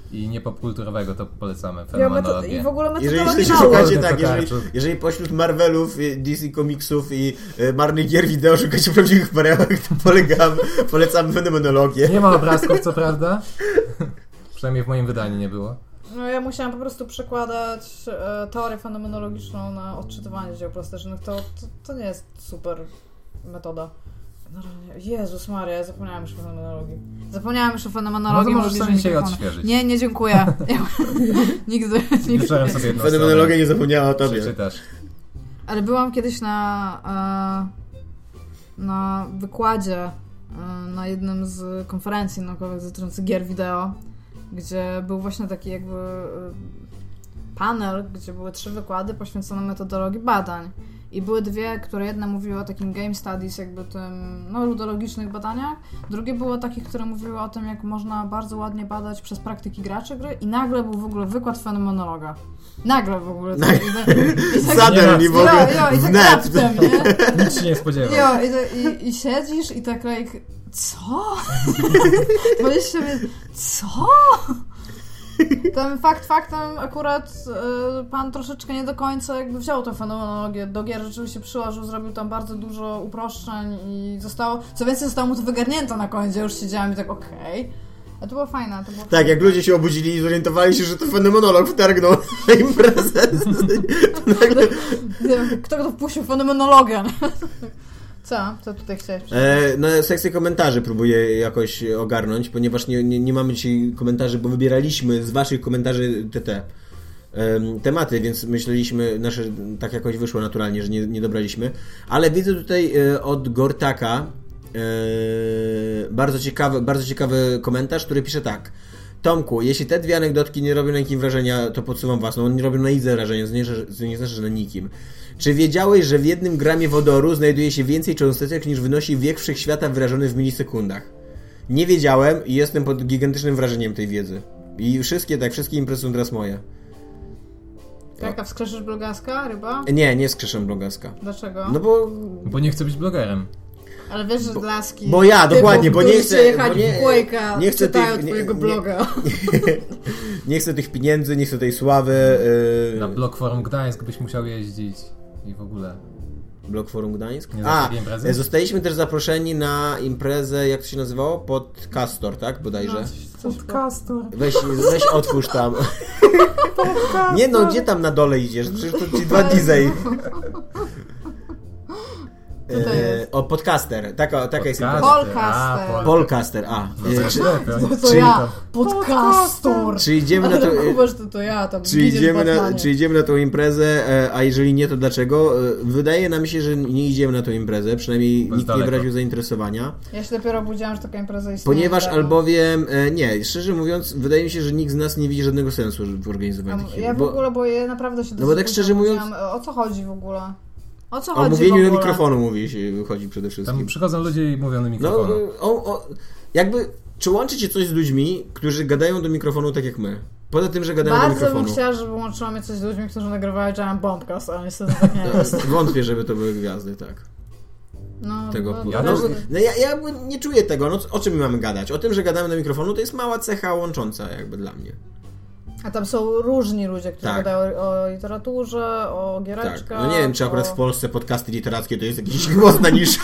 i niepopkulturowego, to polecamy Ja meto- fenomenologię. I w ogóle Jeżeli metodologię jeszcze nauki. szukacie, Golden tak, jeżeli, Tokarczuk. jeżeli pośród Marvelów, y, D C komiksów i y, marnych gier wideo szukacie prawdziwych perełek, to polegam, polecam fenomenologię. Nie ma obrazków, co prawda. Przynajmniej w moim wydaniu nie było. No ja musiałam po prostu przekładać e, teorię fenomenologiczną na odczytywanie dzieł plastycznych. To, to, to nie jest super metoda. Generalnie- Jezus Maria, ja zapomniałam już o fenomenologii. Zapomniałam już o No fenomenologii. to możesz bo sobie bierze dzisiaj mikrofon. odświeżyć. Nie, nie dziękuję. Ja, nigdy, nigdy. Wieczorem sobie jedną Fenomenologia nie zapomniała o stronę tobie. przeczytasz. Ale byłam kiedyś na, e, na wykładzie e, na jednym z konferencji naukowych dotyczących gier wideo, gdzie był właśnie taki jakby e, panel, gdzie były trzy wykłady poświęcone metodologii badań. I były dwie, które jedna mówiła o takim game studies, jakby tym, no, ludologicznych badaniach. Drugie było takich, które mówiły o tym, jak można bardzo ładnie badać przez praktyki graczy gry. I nagle był w ogóle wykład fenomenologa. Nagle w ogóle. Tak, i tak, i tak, Suddenly w ogóle jo, jo, i tak wnet. raptem, nie? Nic się nie spodziewał. Jo, i, i, i siedzisz i tak like, co? Powiesz sobie, co? Ten fakt faktem akurat y, pan troszeczkę nie do końca jakby wziął tę fenomenologię do gier, rzeczywiście przyłożył, zrobił tam bardzo dużo uproszczeń i zostało, co więcej zostało mu to wygarnięte na końcu, ja już siedziałam i tak okej. Okay. A to było fajne, to było Tak, fajne. jak ludzie się obudzili i zorientowali się, że to fenomenolog wtargnął na imprezę. To nagle... Nie wiem, kto to wpuścił fenomenologię? Co? Co tutaj chciałeś? E, no, sekcję komentarzy próbuję jakoś ogarnąć, ponieważ nie, nie, nie mamy dzisiaj komentarzy, bo wybieraliśmy z waszych komentarzy te, te em, tematy, więc myśleliśmy, nasze tak jakoś wyszło naturalnie, że nie, nie dobraliśmy. Ale widzę tutaj e, od Gortaka e, bardzo ciekawy, bardzo ciekawy komentarz, który pisze tak. Tomku, jeśli te dwie anegdotki nie robią na nikim wrażenia, to podsuwam was. No, one nie robią na nic wrażenia, to nie, to nie znaczy, że na nikim. Czy wiedziałeś, że w jednym gramie wodoru znajduje się więcej cząsteczek niż wynosi wiek wszechświata wyrażony w milisekundach? Nie wiedziałem i jestem pod gigantycznym wrażeniem tej wiedzy. I wszystkie, tak, wszystkie imprezy są teraz moje. Tak, a wskrzeszysz blogaska, ryba? Nie, nie skrzeszam blogaska. Dlaczego? No bo... Bo nie chcę być blogerem. Ale wiesz, że dla laski... Bo ja, dokładnie, bo nie którzy chcę... się jechać bo nie, w Quake'a, nie chcę czytają tych, nie, twojego nie, bloga. Nie, nie chcę tych pieniędzy, nie chcę tej sławy. Yy... Na Blog Forum Gdańsk byś musiał jeździć i w ogóle. Blog Forum Gdańsk? Nie A, takiej imprezy? zostaliśmy też zaproszeni na imprezę, jak to się nazywało? Podcastor, tak? Bodajże. No, coś- coś Podcastor. Weź, weź otwórz tam. Nie no, gdzie tam na dole idziesz? Przecież to ci dwa D J. Co to jest? O, podcaster. Taka, taka jest impreza. Polcaster. A, Pol- Polcaster, a. No E, to czy, lepiej. To, to Czy- ja, podcastor. czy idziemy na to... Ale Kubasz, to, to ja, tam Czy Gideon idziemy, na, Batmanie. czy idziemy na tą imprezę, e, a jeżeli nie, to dlaczego? E, Wydaje nam się, że nie idziemy na tą imprezę, przynajmniej Bo jest nikt nie daleko. wyraził zainteresowania. Ja się dopiero obudziłam, że taka impreza istnieje. Ponieważ dawno. albowiem, e, nie, szczerze mówiąc, wydaje mi się, że nikt z nas nie widzi żadnego sensu w organizowaniu takich Ja w bo ogóle, bo ja naprawdę się No bo tak dosyć szczerze mówiąc- obudziłam. O co chodzi w ogóle? O co o chodzi mówieniu w do ogóle? mikrofonu mówi się, chodzi przede wszystkim. Tam przychodzą ludzie i mówią do No, mikrofonu. o, o, jakby, czy łączy cię coś z ludźmi, którzy gadają do mikrofonu tak jak my? Poza tym, że gadają do Bardzo bym mikrofonu. chciała, żeby łączyło mnie coś z ludźmi, którzy nagrywają Giant Bombcast, ale niestety tak nie jest. Wątpię, żeby to były gwiazdy, tak. No, Tego no, Ja no, też- no, ja, ja jakby nie czuję tego, no o czym my mamy gadać? O tym, że gadamy do mikrofonu, to jest mała cecha łącząca jakby dla mnie. A tam są różni ludzie, którzy Tak. gadają o literaturze, o Tak. giereczkach. No nie wiem, czy akurat o... w Polsce podcasty literackie to jest jakiś głos na niż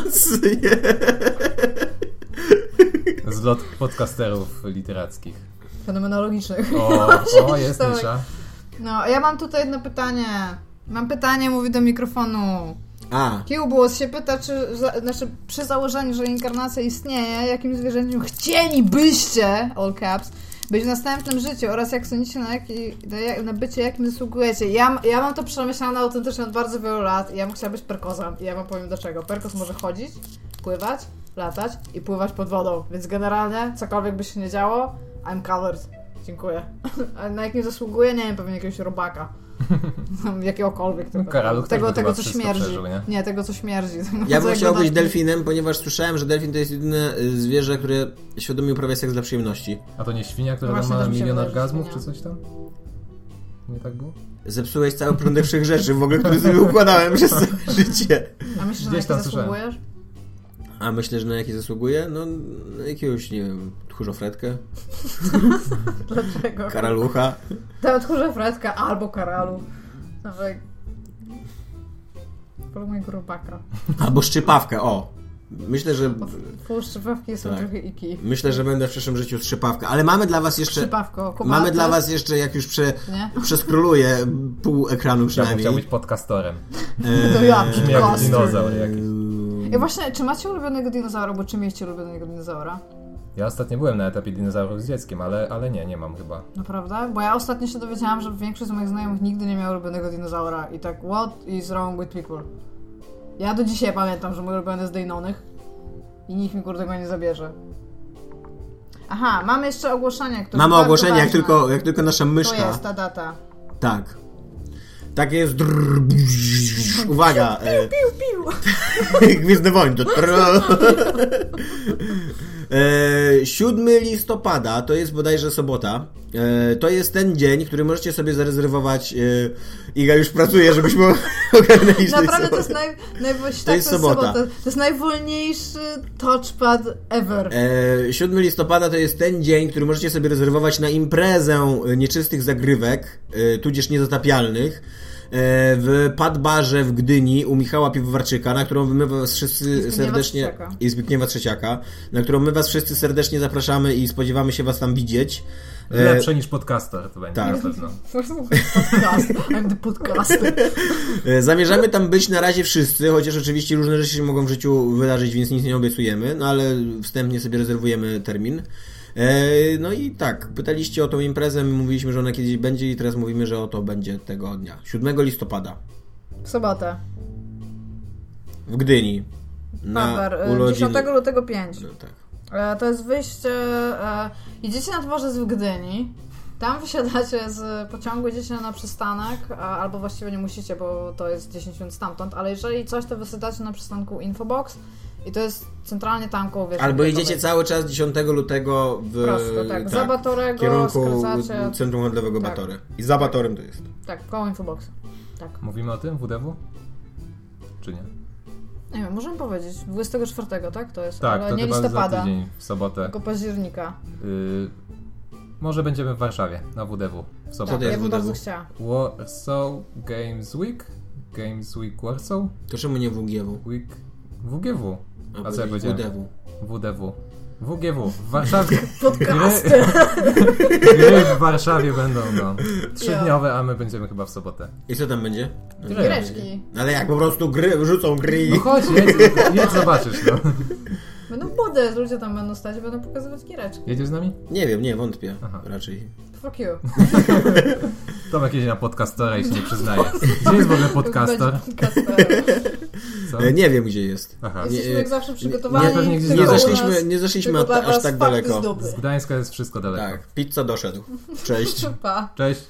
Zlot podcasterów literackich. fenomenologicznych. O, o jest Tak. nisza. No, a ja mam tutaj jedno pytanie. Mam pytanie, mówi do mikrofonu. A, Kiełbus się pyta, czy, za, znaczy przy założeniu, że inkarnacja istnieje, jakim zwierzęciem chcielibyście, all caps, być w następnym życiu oraz jak sądzicie na, jaki, na, jak- na bycie, jakim zasługujecie. Ja, ja mam to przemyślane autentycznie od bardzo wielu lat i ja bym chciała być perkozem i ja wam powiem dlaczego. Perkos może chodzić, pływać, latać i pływać pod wodą, więc generalnie cokolwiek by się nie działo, I'm covered. Dziękuję. A na jakim zasługuję? Nie wiem, pewnie jakiegoś robaka. Jakiegokolwiek. Tego, Karaluch też tego, by tego chyba co wszystko śmierdzi. przeżył, nie? Nie, tego co śmierdzi. ja bym Co chciał jak być dodatki. delfinem, ponieważ słyszałem, że delfin to jest jedyne y, zwierzę, które świadomie uprawia seks dla przyjemności. A to nie świnia, która No tam właśnie, ma to mi się milion wydaje, że orgazmów, świnia. czy coś tam? Nie tak było? Zepsułeś cały porządek wszech rzeczy w ogóle, który sobie układałem przez całe życie. A myślisz, że na Gdzieś tam jakie słyszałem. zasługujesz? A myślę, że na jakie zasługuje? No, na jakiegoś, nie wiem, tchórzofretkę. Dlaczego? Karalucha. Ta tchórzofretka albo karalu. Nawet... Poluję robaka. Albo szczypawkę, o. Myślę, że... Pół szczypawki są tak. trochę iki. Myślę, że będę w przyszłym życiu szczypawkę. Ale mamy dla was jeszcze... Szczypawko, kubaty. Mamy dla was jeszcze, jak już prze, przeskroluję pół ekranu Ja przynajmniej. chciał być podcastorem. To ja, Brzmi jak podcast. dinozaur jakiś. I właśnie, czy macie ulubionego dinozaura, bo czy mieliście ulubionego dinozaura? Ja ostatnio byłem na etapie dinozaurów z dzieckiem, ale, ale nie, nie mam chyba. Naprawdę? Bo ja ostatnio się dowiedziałam, że większość z moich znajomych nigdy nie miała ulubionego dinozaura i tak, what is wrong with people? Ja do dzisiaj pamiętam, że mój ulubiony jest Dejnonych i nikt mi kurde go nie zabierze. Aha, mamy jeszcze ogłoszenie, które Mamy bardzo ogłoszenie, jak ważne. tylko, jak tylko nasza To myszka... jest ta data. Tak. Tak jest... Drrr, bzz, uwaga. e, Piu, piu. Gwiezdne wojny. To trrr. E, siódmego listopada, to jest bodajże sobota, e, to jest ten dzień, który możecie sobie zarezerwować. E, Iga już pracuje, żebyśmy ogarnęli, że Naprawdę to jest, naj, najwolniejszy, To jest sobota. To jest najwolniejszy touchpad ever. E, siódmego listopada to jest ten dzień, który możecie sobie rezerwować na imprezę nieczystych zagrywek, e, tudzież niezatapialnych, e, w Padbarze w Gdyni u Michała Piwowarczyka, na którą my was wszyscy serdecznie... Trzeciaka. I Zbigniewa Trzeciaka, na którą my was wszyscy serdecznie zapraszamy i spodziewamy się was tam widzieć. E, Lepsze niż podcaster to będzie tak. na pewno. Podcast. I'm the podcaster. E, Zamierzamy tam być na razie wszyscy, chociaż oczywiście różne rzeczy się mogą w życiu wydarzyć, więc nic nie obiecujemy, no ale wstępnie sobie rezerwujemy termin. E, No i tak, pytaliście o tą imprezę, my mówiliśmy, że ona kiedyś będzie i teraz mówimy, że oto będzie tego dnia. siódmego listopada W sobotę. w Gdyni. Na Pawer, urodziny. dziesiątego lutego piątego. No tak. E, To jest wyjście... e, Idziecie na dworzec w Gdyni. Tam wysiadacie z pociągu, idziecie na przystanek, a- albo właściwie nie musicie, bo to jest dziesięć minut stamtąd, ale jeżeli coś, to wysiadacie na przystanku Infobox i to jest centralnie tam koło wieży Albo Wielkowej. idziecie cały czas dziesiątego lutego w Prosto, tak. Za Batorego kierunku skręcacie. Centrum Handlowego Tak. Batory. I za Batorem to jest. Tak, koło Infobox. Tak. Mówimy o tym w W D W? Czy nie? Nie wiem, możemy powiedzieć. dwudziestego czwartego, tak? To jest, Tak, ale to nie chyba za listopada, tydzień w sobotę. tylko października. Y, może będziemy w Warszawie na W D W w Co sobotę. to Ja jest bym W D W? bardzo chciała. Warsaw Games Week? Games Week Warsaw? To czemu nie W G W? Week... W G W. A co ja W powiedziałem? D W. W D W. W G W. W Warszawie. Podcast. Gry, gry w Warszawie będą, no. Trzydniowe, a my będziemy chyba w sobotę. I co tam będzie? No, Gry. Giereczki. Ale jak po prostu gry, rzucą gry i... No chodź, jedź, jedź zobaczysz, no. Będą budy, ludzie tam będą stać i będą pokazywać giereczki. Jedziesz z nami? Nie wiem, nie, wątpię. Aha. Raczej. Fuck you. Tomek jedzie na podcastora i się nie przyznaje. Gdzie jest w ogóle podcaster? Będzie podcasterem. Co? E, Nie wiem, gdzie jest. Aha. Jesteśmy Nie, jak zawsze przygotowani. nie, pewnie gdzieś tylko Nie Dobra. u zeszliśmy, nas- nie zeszliśmy tylko aż, dla aż was tak fakty daleko. z dupy. Z Gdańska jest wszystko daleko. Tak, pizza doszedł. Cześć. Pa. Cześć.